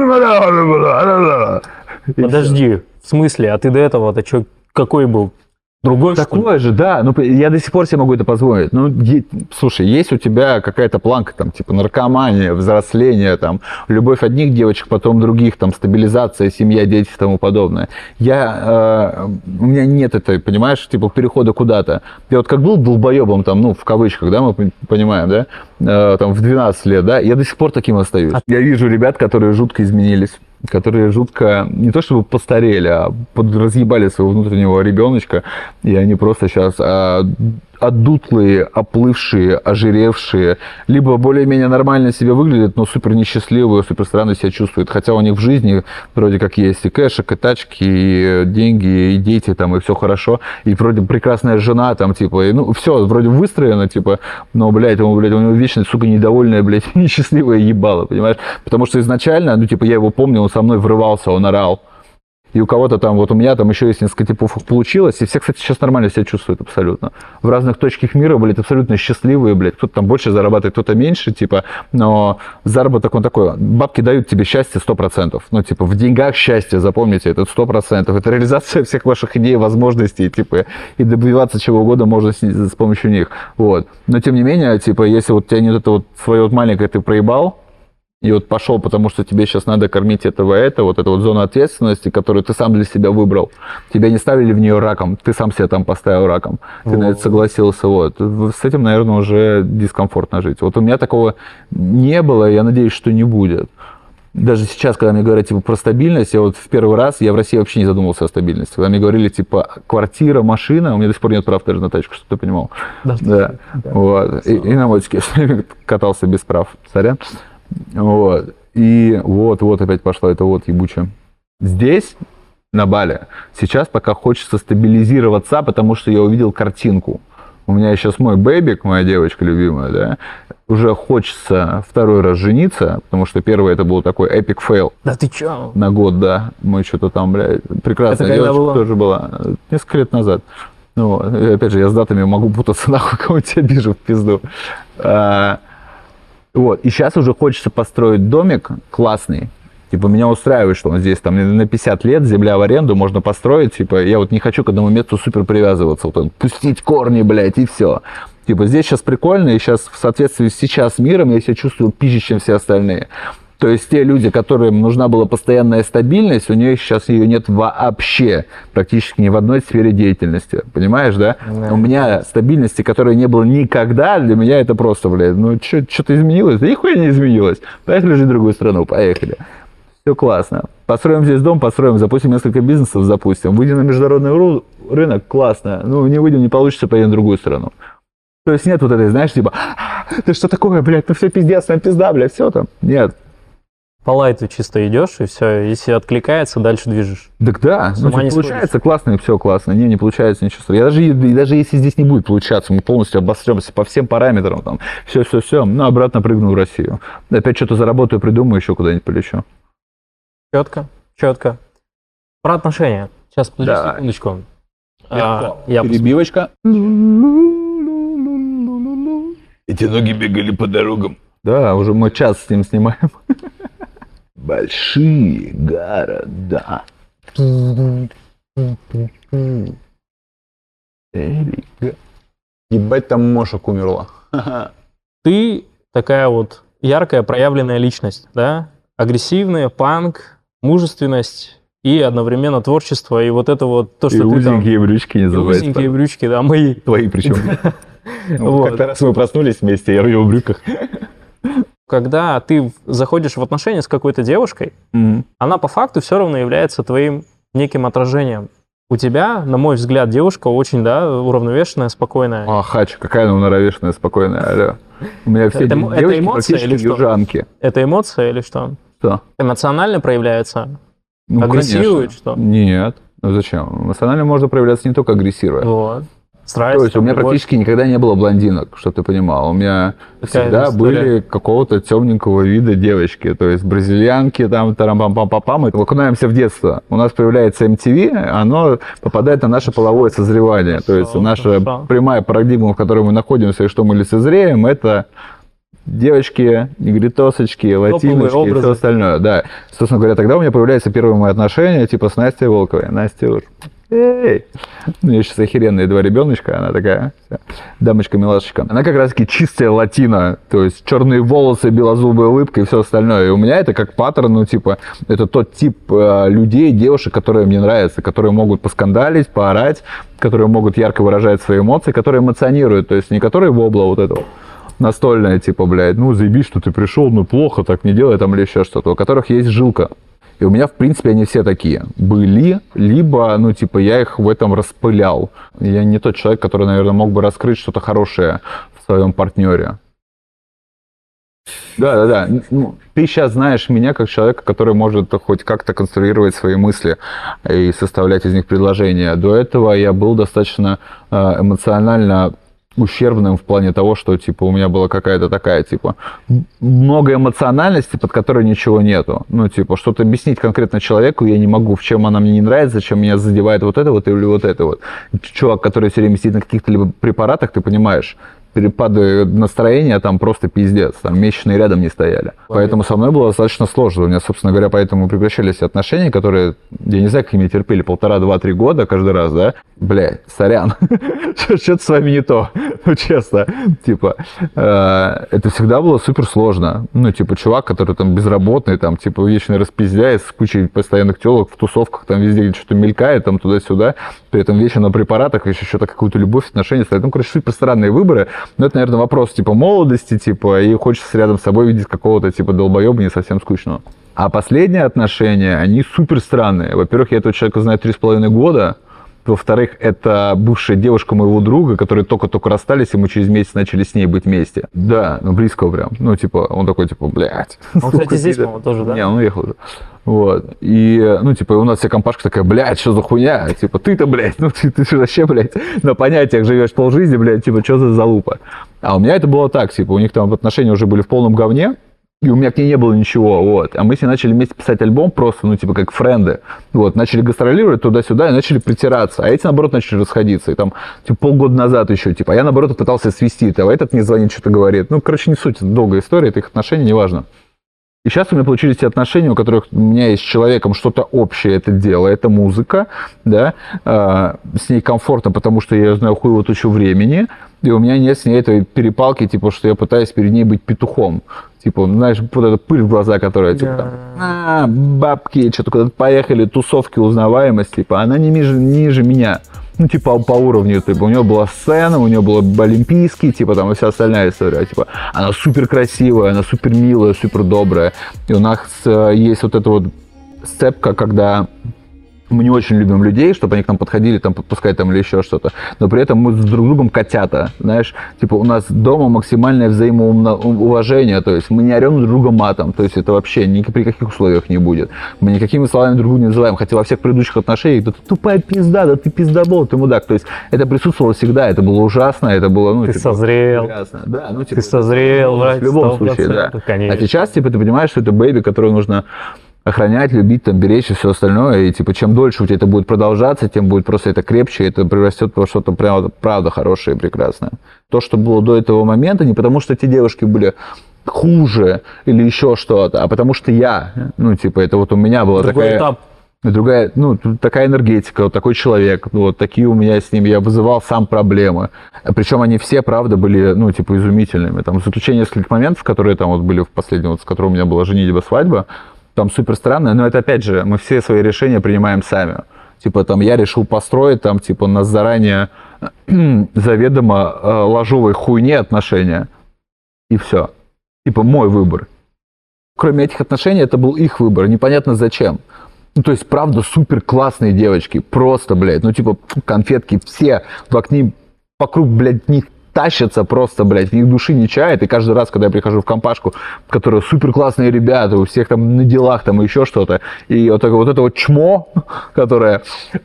Подожди, в смысле, а ты до этого-то что, какой был? Другой, такое же, да. Ну, я до сих пор себе могу это позволить. Ну, слушай, есть у тебя какая-то планка, там, типа, наркомания, взросление, там, любовь одних девочек, потом других, там, стабилизация, семья, дети и тому подобное. У меня нет этой, понимаешь, типа, перехода куда-то. Я вот как был долбоебом, там, ну, в кавычках, да, мы понимаем, да, там, в 12 лет, да, я до сих пор таким остаюсь. Я вижу ребят, которые жутко изменились. которые жутко, не то чтобы постарели, а разъебали своего внутреннего ребеночка, и они просто сейчас отдутлые, оплывшие, ожиревшие, либо более-менее нормально себя выглядят, но супер несчастливые, супер странно себя чувствуют. Хотя у них в жизни вроде как есть и кэшек, и тачки, и деньги, и дети, там, и все хорошо. И вроде прекрасная жена, там, типа, и, ну, все вроде выстроено, типа, но, блядь, у него вечно, сука, недовольная, блядь, несчастливая ебало, понимаешь? Потому что изначально, ну, типа, я его помню, он со мной врывался, он орал. И у кого-то там, вот у меня там еще есть несколько типов получилось, и все, кстати, сейчас нормально себя чувствуют абсолютно. В разных точках мира, блядь, абсолютно счастливые, блядь, кто-то там больше зарабатывает, кто-то меньше, типа, но заработок он такой, бабки дают тебе счастье 100%, ну, типа, в деньгах счастье, запомните, это 100%, это реализация всех ваших идей, возможностей, типа, и добиваться чего угодно можно с помощью них, вот. Но, тем не менее, типа, если вот тебя не вот это вот свое вот маленькое ты проебал, и вот пошел, потому что тебе сейчас надо кормить это, вот эта вот зона ответственности, которую ты сам для себя выбрал. Тебя не ставили в нее раком, ты сам себя там поставил раком. Ты на это согласился, вот. С этим, наверное, уже дискомфортно жить. Вот у меня такого не было, я надеюсь, что не будет. Даже сейчас, когда мне говорят, типа, про стабильность, я вот в первый раз, я в России вообще не задумывался о стабильности. Когда мне говорили, типа, квартира, машина, у меня до сих пор нет прав даже на тачку, чтобы ты понимал. Да. Вот. И на мотике катался без прав. Сорян. Вот. И вот опять пошла это вот ебучее. Здесь, на Бали, сейчас пока хочется стабилизироваться, потому что я увидел картинку. У меня сейчас мой бэбик, моя девочка любимая, да, уже хочется второй раз жениться, потому что первый это был такой эпик фейл. Да ты чё? На год, да. Мы что-то там, блядь, прекрасная девочка было? Тоже была. Несколько лет назад. Ну, опять же, я с датами могу путаться, нахуй кого-нибудь обижу в пизду. Вот, и сейчас уже хочется построить домик классный. Типа, меня устраивает, что он здесь там на 50 лет, земля в аренду, можно построить. Типа, я вот не хочу к одному месту супер привязываться. Вот, пустить корни, блядь, и все. Типа, здесь сейчас прикольно, и сейчас в соответствии с сейчас миром я себя чувствую пизже, чем все остальные. То есть те люди, которым нужна была постоянная стабильность, у них сейчас ее нет вообще, практически ни в одной сфере деятельности. Понимаешь, да? У меня стабильности, которой не было никогда, для меня это просто, блядь, ну что-то изменилось? Да нихуя не изменилось. Поехали жить в другую страну, поехали. Все классно. Построим здесь дом, построим, запустим несколько бизнесов, запустим. Выйдем на международный рынок, классно. Ну, не выйдем, не получится, поедем в другую страну. То есть нет вот этой, знаешь, типа, ты что такое, блядь, ну все пиздец, нам пизда, блядь, все там. Нет. По лайту чисто идешь, и все, если откликается, дальше движешь. Так да, ну, получается классно, и все классно. Не получается ничего. Даже если здесь не будет получаться, мы полностью обосремся по всем параметрам, там, все, ну, обратно прыгну в Россию. Опять что-то заработаю, придумаю, еще куда-нибудь полечу. Четко. Про отношения. Сейчас, подожди секундочку. Перебивочка. Эти ноги бегали по дорогам. Да, уже мы час с ним снимаем. Большие города. Ебать, там мошек умерла. Ты такая вот яркая, проявленная личность, да? Агрессивная, панк, мужественность и одновременно творчество. И вот это вот то, что и ты узенькие брючки не забывай. Узенькие брючки, да, мои. Твои причем. Как-то раз мы проснулись вместе, я в его брюках. Когда ты заходишь в отношения с какой-то девушкой, она по факту все равно является твоим неким отражением. У тебя, на мой взгляд, девушка очень, да, уравновешенная, спокойная. Хач, какая она уравновешенная, спокойная, алло. У меня все девушки практически южанки. Это эмоция или что? Что? Эмоционально проявляется? Агрессирует, что? Нет. Ну зачем? Эмоционально можно проявляться не только агрессируя. Вот. Страсть, то есть у меня практически никогда не было блондинок, чтобы ты понимал. У меня всегда были какого-то темненького вида девочки. То есть бразильянки, там, тарам-пам-пам-пам-пам. Мы окунаемся в детство. У нас появляется MTV, оно попадает на наше половое созревание. То есть наша прямая парадигма, в которой мы находимся и что мы лицезреем, это девочки, негритосочки, латиночки и все остальное. Да. Собственно говоря, тогда у меня появляются первые мои отношения, типа с Настей Волковой. Настя уж. Эй! У нее сейчас охеренные два ребеночка, она такая дамочка-милашечка. Она как раз-таки чистая латина, то есть черные волосы, белозубая улыбка и все остальное. И у меня это как паттерн, ну типа, это тот тип людей, девушек, которые мне нравятся, которые могут поскандалить, поорать, которые могут ярко выражать свои эмоции, которые эмоционируют, то есть не которые вобла вот этого. Настольная, типа, блядь, ну заебись, что ты пришел, ну плохо, так не делай там или еще что-то, у которых есть жилка. И у меня, в принципе, они все такие были, либо, ну, типа, я их в этом распылял. Я не тот человек, который, наверное, мог бы раскрыть что-то хорошее в своем партнере. Да. Ну, ты сейчас знаешь меня как человека, который может хоть как-то конструировать свои мысли и составлять из них предложения. До этого я был достаточно эмоционально ущербным в плане того, что, типа, у меня была какая-то такая, типа, много эмоциональности, под которой ничего нету. Ну, типа, что-то объяснить конкретно человеку я не могу, в чем она мне не нравится, чем меня задевает вот это вот или вот это вот. Чувак, который все время сидит на каких-то либо препаратах, ты понимаешь, перепады настроения там просто пиздец, там месячные рядом не стояли. Поэтому со мной было достаточно сложно. У меня, собственно говоря, поэтому прекращались отношения, которые, я не знаю, как меня терпели, 1,5, 2, 3 года каждый раз, да? Блядь, сорян, что-то с вами не то, ну, честно. Типа, это всегда было супер сложно. Ну, типа, чувак, который там безработный, там, типа, вечно распиздяет, с кучей постоянных телок в тусовках, там, везде что-то мелькает, там, туда-сюда, при этом вечно на препаратах, еще что-то, какую-то любовь, отношения. Ну, короче, супер странные выборы. Но это, наверное, вопрос, типа, молодости, типа, и хочется рядом с собой видеть какого-то, типа, долбоеба не совсем скучного. А последние отношения, они супер странные. Во-первых, я этого человека знаю 3,5 года. Во-вторых, это бывшая девушка моего друга, которые только-только расстались, и мы через месяц начали с ней быть вместе. Да, ну, близко прям. Ну, типа, он такой, типа, блядь. Он, кстати, здесь, по-моему, тоже, да? Не, он уехал уже. Вот. И, ну, типа, у нас вся компашка такая, блядь, что за хуйня? Типа, ты-то, блядь, ну, ты вообще, блядь, на понятиях живешь полжизни, блядь, типа, что за залупа? А у меня это было так, типа, у них там отношения уже были в полном говне, и у меня к ней не было ничего, вот. А мы с ней начали вместе писать альбом просто, ну, типа, как френды. Вот, начали гастролировать туда-сюда и начали притираться. А эти, наоборот, начали расходиться. И там, типа, полгода назад еще, типа, а я, наоборот, пытался свести это, а этот мне звонит, что-то говорит. Ну, короче, не суть, это долгая история, это их отношения, неважно. И сейчас у меня получились те отношения, у которых у меня есть с человеком что-то общее, это дело, это музыка, да, с ней комфортно, потому что я знаю хуево тучу времени, и у меня нет с ней этой перепалки, типа, что я пытаюсь перед ней быть петухом. Типа, знаешь, вот эта пыль в глаза, которая, типа, там, бабки, что-то куда-то поехали, тусовки, узнаваемость, типа, она не ниже меня. Ну, типа, по уровню, типа, у нее была сцена, у нее был олимпийский, типа, там, и вся остальная история, типа, она супер красивая, она супер милая, супер добрая, и у нас есть вот эта вот сцепка, когда мы не очень любим людей, чтобы они к нам подходили, там, подпускать там или еще что-то, но при этом мы с друг другом котята, знаешь, типа, у нас дома максимальное взаимоуважение, то есть мы не орем друг друга матом, то есть это вообще ни при каких условиях не будет. Мы никакими словами друг друга не называем, хотя во всех предыдущих отношениях, да ты тупая пизда, да ты пиздобол, ты мудак, то есть это присутствовало всегда, это было ужасно, это было, ну, ты типа, созрел, прекрасно. Да, ну, типа, ты созрел, в любом случае, да. Конечно. А сейчас, типа, ты понимаешь, что это бэйби, которую нужно охранять, любить, там, беречь и все остальное. И, типа, чем дольше у тебя это будет продолжаться, тем будет просто это крепче, и это преврастет во что-то правда хорошее и прекрасное. То, что было до этого момента, не потому что эти девушки были хуже или еще что-то, а потому что я, ну, типа, это вот у меня была другой такая... этап. Другая, ну, такая энергетика, вот такой человек, вот такие у меня с ними, я вызывал сам проблемы. Причем они все, правда, были, ну, типа, изумительными. Там, в заключение нескольких моментов, которые там вот были в последнем, вот, с которым у меня была женитьба, свадьба, там супер странно, но это, опять же, мы все свои решения принимаем сами. Типа, там, я решил построить, там, типа, на заранее заведомо ложовой хуйне отношения, и все. Типа, мой выбор. Кроме этих отношений, это был их выбор, непонятно зачем. Ну, то есть, правда, супер классные девочки, просто, блядь, ну, типа, конфетки, все вокруг, блядь, них тащатся просто, блядь, в них души не чает, и каждый раз, когда я прихожу в компашку, в которой супер классные ребята, у всех там на делах, там еще что-то, и вот это вот чмо, которое,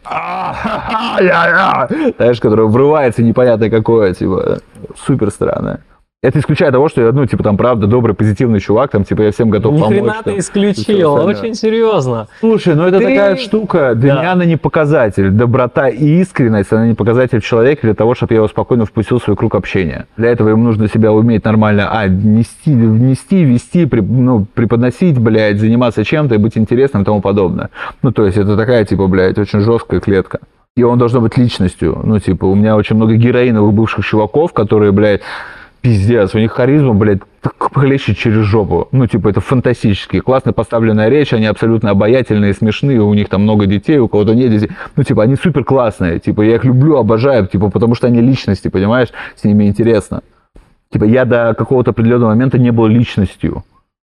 знаешь, которое врывается непонятно какое, типа, супер странное. Это исключая того, что я, ну, типа, там, правда, добрый, позитивный чувак, там, типа, я всем готов помочь. Ни хрена ты исключил, очень серьезно. Слушай, ну это такая штука, для меня она не показатель. Доброта и искренность, она не показатель человека для того, чтобы я его спокойно впустил в свой круг общения. Для этого ему нужно себя уметь нормально, вести, преподносить, блядь, заниматься чем-то и быть интересным и тому подобное. Ну, то есть, это такая, типа, блядь, очень жесткая клетка. И он должен быть личностью. Ну, типа, у меня очень много героиновых бывших чуваков, которые, блядь, пиздец, у них харизма, блядь, хлещет через жопу. Ну, типа, это фантастически. Классно поставленная речь, они абсолютно обаятельные, смешные, у них там много детей, у кого-то нет детей. Ну, типа, они супер классные. Типа, я их люблю, обожаю, типа, потому что они личности, понимаешь? С ними интересно. Типа, я до какого-то определенного момента не был личностью.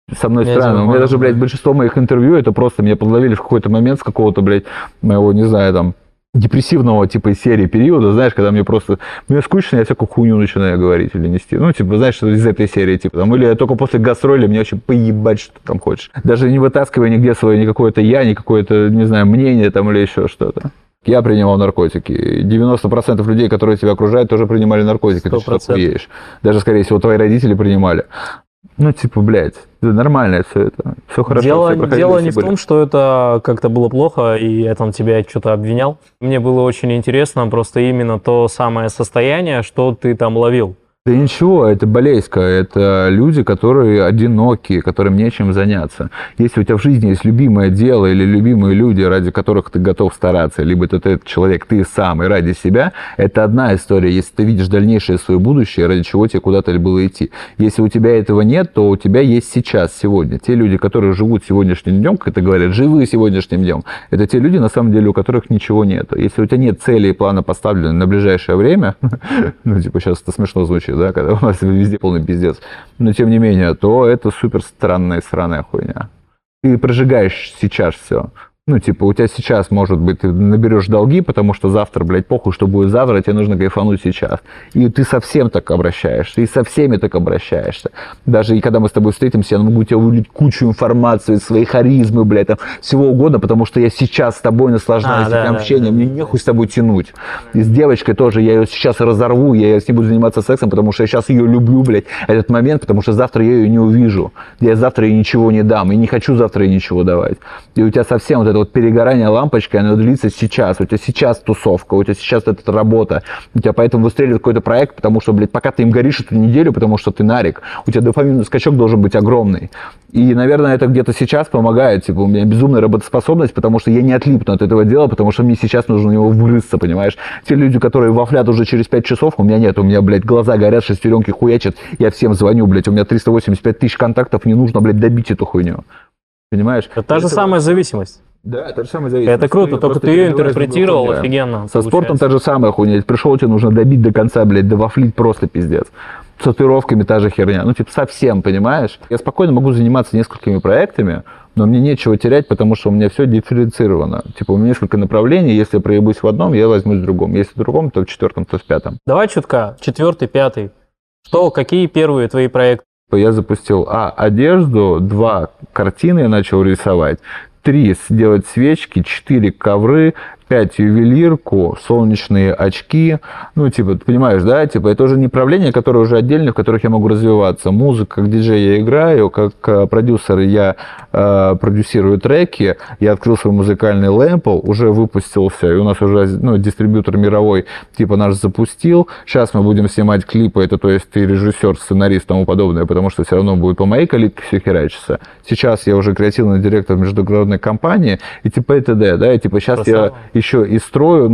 со мной Я странно. тебя У меня даже, понял, блядь, да. большинство моих интервью, это просто меня подловили в какой-то момент с какого-то, блядь, моего, не знаю, там, депрессивного типа серии периода, знаешь, когда мне скучно, я всякую хуйню начинаю говорить или нести. Ну, типа, знаешь, что из этой серии, типа, там, или я только после гастроли, мне вообще поебать, что ты там хочешь. Даже не вытаскивая нигде свое, ни какое-то я, ни какое-то, не знаю, мнение там или еще что-то. Я принимал наркотики. И 90% людей, которые тебя окружают, тоже принимали наркотики. Ты что 100%. хуеешь. Даже, скорее всего, твои родители принимали. Ну, типа, блядь, это нормально все это. Все хорошо. Дело не в том, что это как-то было плохо, и я там тебя что-то обвинял. Мне было очень интересно просто именно то самое состояние, что ты там ловил. Да ничего, это болезнь, это люди, которые одинокие, которым нечем заняться. Если у тебя в жизни есть любимое дело или любимые люди, ради которых ты готов стараться, либо это этот человек, ты сам и ради себя, это одна история. Если ты видишь дальнейшее свое будущее, ради чего тебе куда-то было идти. Если у тебя этого нет, то у тебя есть сейчас, сегодня. Те люди, которые живут сегодняшним днем, как это говорят, живы сегодняшним днем, это те люди, на самом деле, у которых ничего нет. Если у тебя нет цели и плана поставлены на ближайшее время, ну, типа, сейчас это смешно звучит, да, когда у нас везде полный пиздец. Но тем не менее, то это супер странная хуйня. Ты прожигаешь сейчас все. Ну, типа, у тебя сейчас, может быть, ты наберешь долги, потому что завтра, блядь, похуй, что будет завтра, тебе нужно кайфануть сейчас. И ты совсем так обращаешься, и со всеми так обращаешься. Даже и когда мы с тобой встретимся, я могу тебе вылить кучу информации, своей харизмы, блядь, там, всего угодно, потому что я сейчас с тобой наслаждаюсь этим общением, мне нехуй с тобой тянуть. И с девочкой тоже, я ее сейчас разорву, я с ней буду заниматься сексом, потому что я сейчас ее люблю, блядь, этот момент, потому что завтра я ее не увижу. Я завтра ей ничего не дам, и не хочу завтра ей ничего давать. И у тебя совсем вот это вот перегорание лампочкой, оно длится сейчас. У тебя сейчас тусовка, у тебя сейчас эта работа. У тебя поэтому выстреливает какой-то проект, потому что, блядь, пока ты им горишь эту неделю, потому что ты нарик, у тебя дофаминный скачок должен быть огромный. И, наверное, это где-то сейчас помогает. Типа, у меня безумная работоспособность, потому что я не отлипну от этого дела, потому что мне сейчас нужно в него вгрызться, понимаешь? Те люди, которые вафлят уже через 5 часов, у меня нет. У меня, блядь, глаза горят, шестеренки хуячат. Я всем звоню, блядь. У меня 385 тысяч контактов, не нужно, блядь, добить эту хуйню. Понимаешь? Это та же самая зависимость. Да, та же самая зависимость. Это круто, только ты ее интерпретировал офигенно. Со спортом та же самая хуйня. Пришел, тебе нужно добить до конца, блядь, довафлить просто пиздец. С татуировками та же херня. Ну, типа, совсем, понимаешь? Я спокойно могу заниматься несколькими проектами, но мне нечего терять, потому что у меня все дифференцировано. Типа, у меня несколько направлений. Если я проебусь в одном, я возьмусь в другом. Если в другом, то в четвертом, то в пятом. Давай чутка. 4-й, 5-й. Какие первые твои проекты? Я запустил одежду, 2 картины я начал рисовать, 3 сделать свечки, 4 ковры, 5 ювелирку, солнечные очки. Ну, типа, ты понимаешь, да? Типа, это уже направление, которое уже отдельно, в которых я могу развиваться. Музыка, как диджей я играю, как продюсер я продюсирую треки. Я открыл свой музыкальный лейбл, уже выпустился, и у нас уже дистрибьютор мировой типа наш запустил. Сейчас мы будем снимать клипы, это то есть ты режиссер, сценарист и тому подобное, потому что все равно будет по моей калитке все херачиться. Сейчас я уже креативный директор международной компании, и типа и т.д., да, и типа сейчас я еще и строю,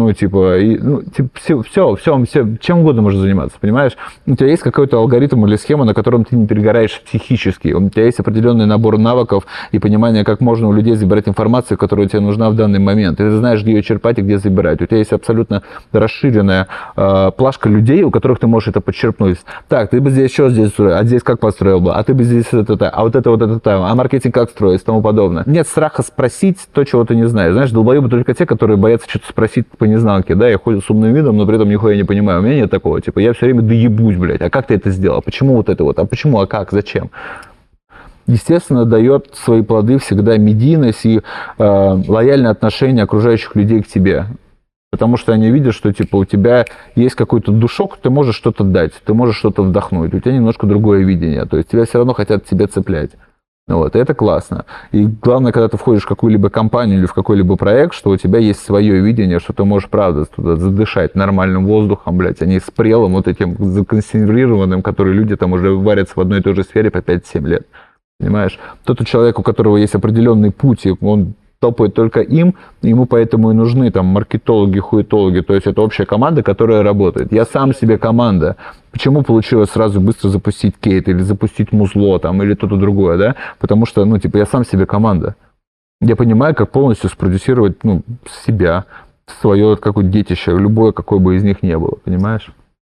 все, чем угодно можно заниматься, понимаешь? У тебя есть какой-то алгоритм или схема, на котором ты не перегораешь психически. У тебя есть определенный набор навыков и понимание, как можно у людей забирать информацию, которая тебе нужна в данный момент. И ты знаешь, где ее черпать и где забирать. У тебя есть абсолютно расширенная плашка людей, у которых ты можешь это подчерпнуть. Так, ты бы здесь что здесь строил, а здесь как построил бы, а ты бы здесь а вот это, а маркетинг как строить и тому подобное. Нет страха спросить то, чего ты не знаешь. Знаешь, долбоебы только те, которые боятся что-то спросить по незнанке, да, я ходю с умным видом, но при этом нихуя не понимаю. У меня нет такого, типа, я все время доебусь, блядь, а как ты это сделал, почему вот это вот, а почему, а как, зачем? Естественно, дает свои плоды всегда медийность и лояльное отношение окружающих людей к тебе. Потому что они видят, что типа у тебя есть какой-то душок, ты можешь что-то дать, ты можешь что-то вдохнуть, у тебя немножко другое видение, то есть тебя все равно хотят тебя цеплять. Вот, и это классно. И главное, когда ты входишь в какую-либо компанию или в какой-либо проект, что у тебя есть свое видение, что ты можешь, правда, туда задышать нормальным воздухом, блядь, а не с прелом вот этим законсервированным, который люди там уже варятся в одной и той же сфере по 5-7 лет. Понимаешь? Тот человек, у которого есть определенный путь, и он топает только им, ему поэтому и нужны там маркетологи, хуетологи, то есть это общая команда, которая работает. Я сам себе команда. Почему получилось сразу быстро запустить Кейт или запустить музло там или что-то другое, да? Потому что, я сам себе команда. Я понимаю, как полностью спродюсировать, себя, свое какое-то детище, любое, какое бы из них ни было, понимаешь?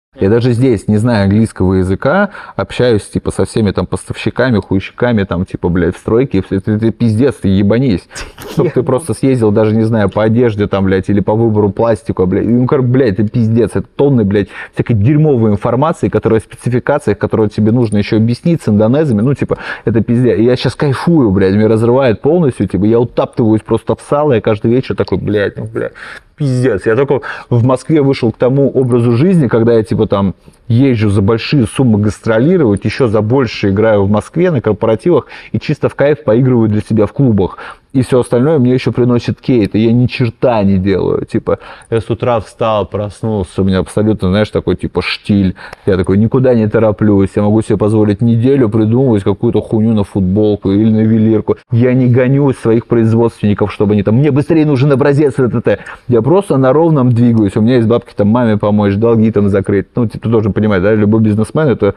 Я даже здесь, не зная английского языка, общаюсь, типа, со всеми там поставщиками, хуйщиками, там, типа, блядь, в стройке. Ты пиздец, ты ебанись. Чтоб ты просто съездил, даже, не знаю, по одежде, там, блядь, или по выбору пластика, блядь. Ну, блядь, это пиздец. Это тонны, блядь, всякой дерьмовой информации, которая в спецификациях, которую тебе нужно еще объяснить с индонезами. Ну, типа, это пиздец. И я сейчас кайфую, блядь, меня разрывает полностью, типа, я утаптываюсь просто в сало, я каждый вечер такой, блядь, ну, блядь. Пиздец. Я только в Москве вышел к тому образу жизни, когда я, типа, там, езжу за большие суммы гастролировать, еще за больше играю в Москве на корпоративах и чисто в кайф поигрываю для себя в клубах. И все остальное мне еще приносит Кейт, и я ни черта не делаю. Типа, я с утра встал, проснулся, у меня абсолютно, знаешь, такой, типа, штиль. Я такой, никуда не тороплюсь, я могу себе позволить неделю придумывать какую-то хуйню на футболку или на ювелирку. Я не гоню своих производственников, чтобы они там, мне быстрее нужен образец, Я просто на ровном двигаюсь. У меня есть бабки там маме помочь, долги там закрыть. Ну, ты должен понимать, да, любой бизнесмен это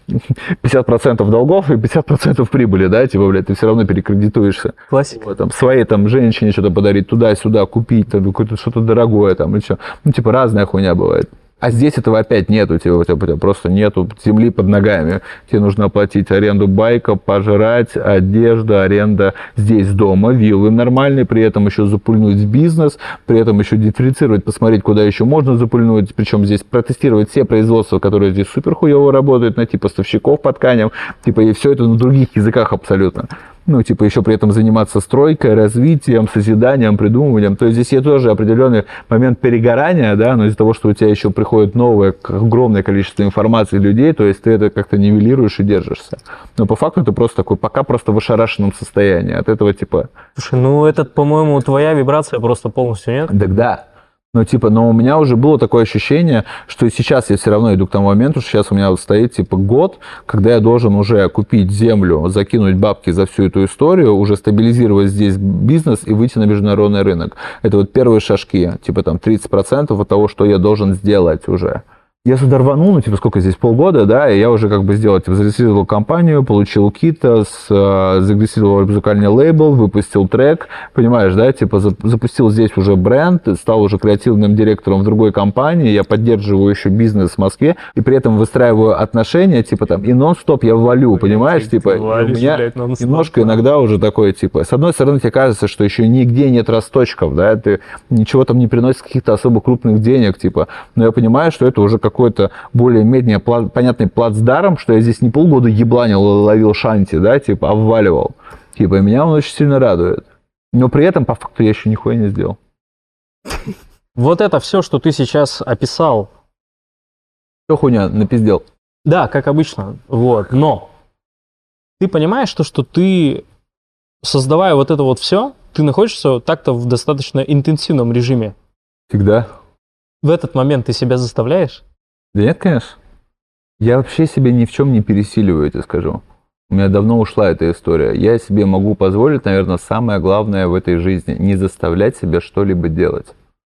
50% долгов и 50% прибыли, да, типа, блядь, ты все равно перекредитуешься. Классика. Вот, там, своей там женщине что-то подарить, туда-сюда, купить, там, какое-то что-то дорогое, там, и все. Ну, типа, разная хуйня бывает. А здесь этого опять нету, у тебя просто нету земли под ногами. Тебе нужно оплатить аренду байка, пожрать, одежда, аренда здесь дома, виллы нормальные, при этом еще запульнуть в бизнес, при этом еще дифференцировать, посмотреть, куда еще можно запульнуть, причем здесь протестировать все производства, которые здесь супер хуево работают, найти поставщиков по тканям, типа, и все это на других языках абсолютно. Ну, типа, еще при этом заниматься стройкой, развитием, созиданием, придумыванием. То есть здесь есть тоже определенный момент перегорания, да, но из-за того, что у тебя еще приходит новое, огромное количество информации людей, то есть ты это как-то нивелируешь и держишься. Но по факту ты просто такой, пока просто в ошарашенном состоянии. От этого, типа... Слушай, ну, это, по-моему, твоя вибрация просто полностью, нет? Так да. Ну, типа, но у меня уже было такое ощущение, что и сейчас я все равно иду к тому моменту, что сейчас у меня вот стоит, типа, год, когда я должен уже купить землю, закинуть бабки за всю эту историю, уже стабилизировать здесь бизнес и выйти на международный рынок. Это вот первые шажки, типа, там, 30% от того, что я должен сделать уже. Я сюда рванул, ну, типа, сколько здесь, полгода, да, и я уже как бы сделал, типа, зарегистрировал компанию, получил Китас, зарегистрировал музыкальный лейбл, выпустил трек, понимаешь, да, типа, запустил здесь уже бренд, стал уже креативным директором в другой компании, я поддерживаю еще бизнес в Москве, и при этом выстраиваю отношения, типа, там, и нон-стоп я валю, понимаешь, типа, у меня немножко иногда уже такое, типа, с одной стороны, тебе кажется, что еще нигде нет росточков, да, ты ничего там не приносит каких-то особо крупных денег, типа, но я понимаю, что это уже какой-то более-менее понятный плацдарм, что я здесь не полгода ебланил и ловил шанти, да, типа, обваливал. Типа, и меня он очень сильно радует. Но при этом, по факту, я еще нихуя не сделал. Вот это все, что ты сейчас описал. Все хуйня, напиздел. Да, как обычно. Вот. Но ты понимаешь, что ты, создавая вот это вот все, ты находишься так-то в достаточно интенсивном режиме. Всегда. В этот момент ты себя заставляешь? Да нет, конечно. Я вообще себя ни в чем не пересиливаю, я тебе скажу. У меня давно ушла эта история. Я себе могу позволить, наверное, самое главное в этой жизни – не заставлять себя что-либо делать.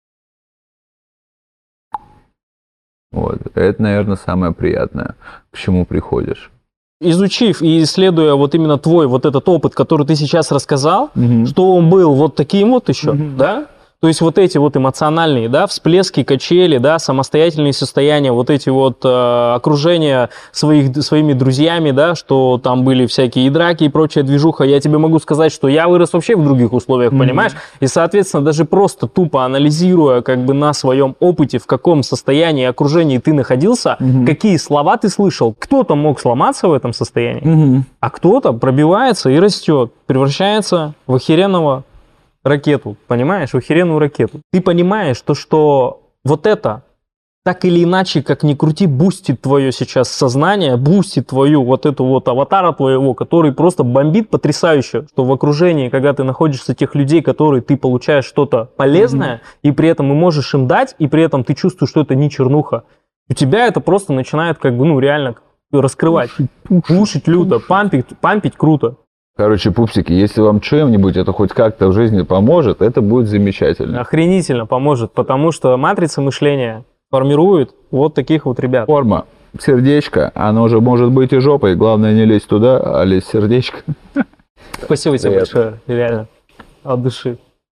Вот. Это, наверное, самое приятное, к чему приходишь. Изучив и исследуя вот именно твой вот этот опыт, который ты сейчас рассказал, что он был вот таким вот еще, да? То есть вот эти вот эмоциональные, да, всплески, качели, да, самостоятельные состояния, вот эти вот окружения своими друзьями, да, что там были всякие и драки, и прочая движуха. Я тебе могу сказать, что я вырос вообще в других условиях, понимаешь? И, соответственно, даже просто тупо анализируя как бы на своем опыте, в каком состоянии окружении ты находился, какие слова ты слышал. Кто-то мог сломаться в этом состоянии, а кто-то пробивается и растет, превращается в охеренного ракету, понимаешь, в охеренную ракету. Ты понимаешь, что вот это, так или иначе, как ни крути, бустит твое сейчас сознание, бустит твою вот эту вот аватара твоего, который просто бомбит потрясающе, что в окружении, когда ты находишься тех людей, которые ты получаешь что-то полезное, и при этом и можешь им дать, и при этом ты чувствуешь, что это не чернуха, у тебя это просто начинает как бы, ну, реально раскрывать, пушить люто, пампить круто. Короче, пупсики, если вам чем-нибудь это хоть как-то в жизни поможет, это будет замечательно. Охренительно поможет, потому что матрица мышления формирует вот таких вот ребят. Форма, сердечко, оно уже может быть и жопой, главное не лезть туда, а лезть в сердечко. Спасибо тебе большое, реально, от души.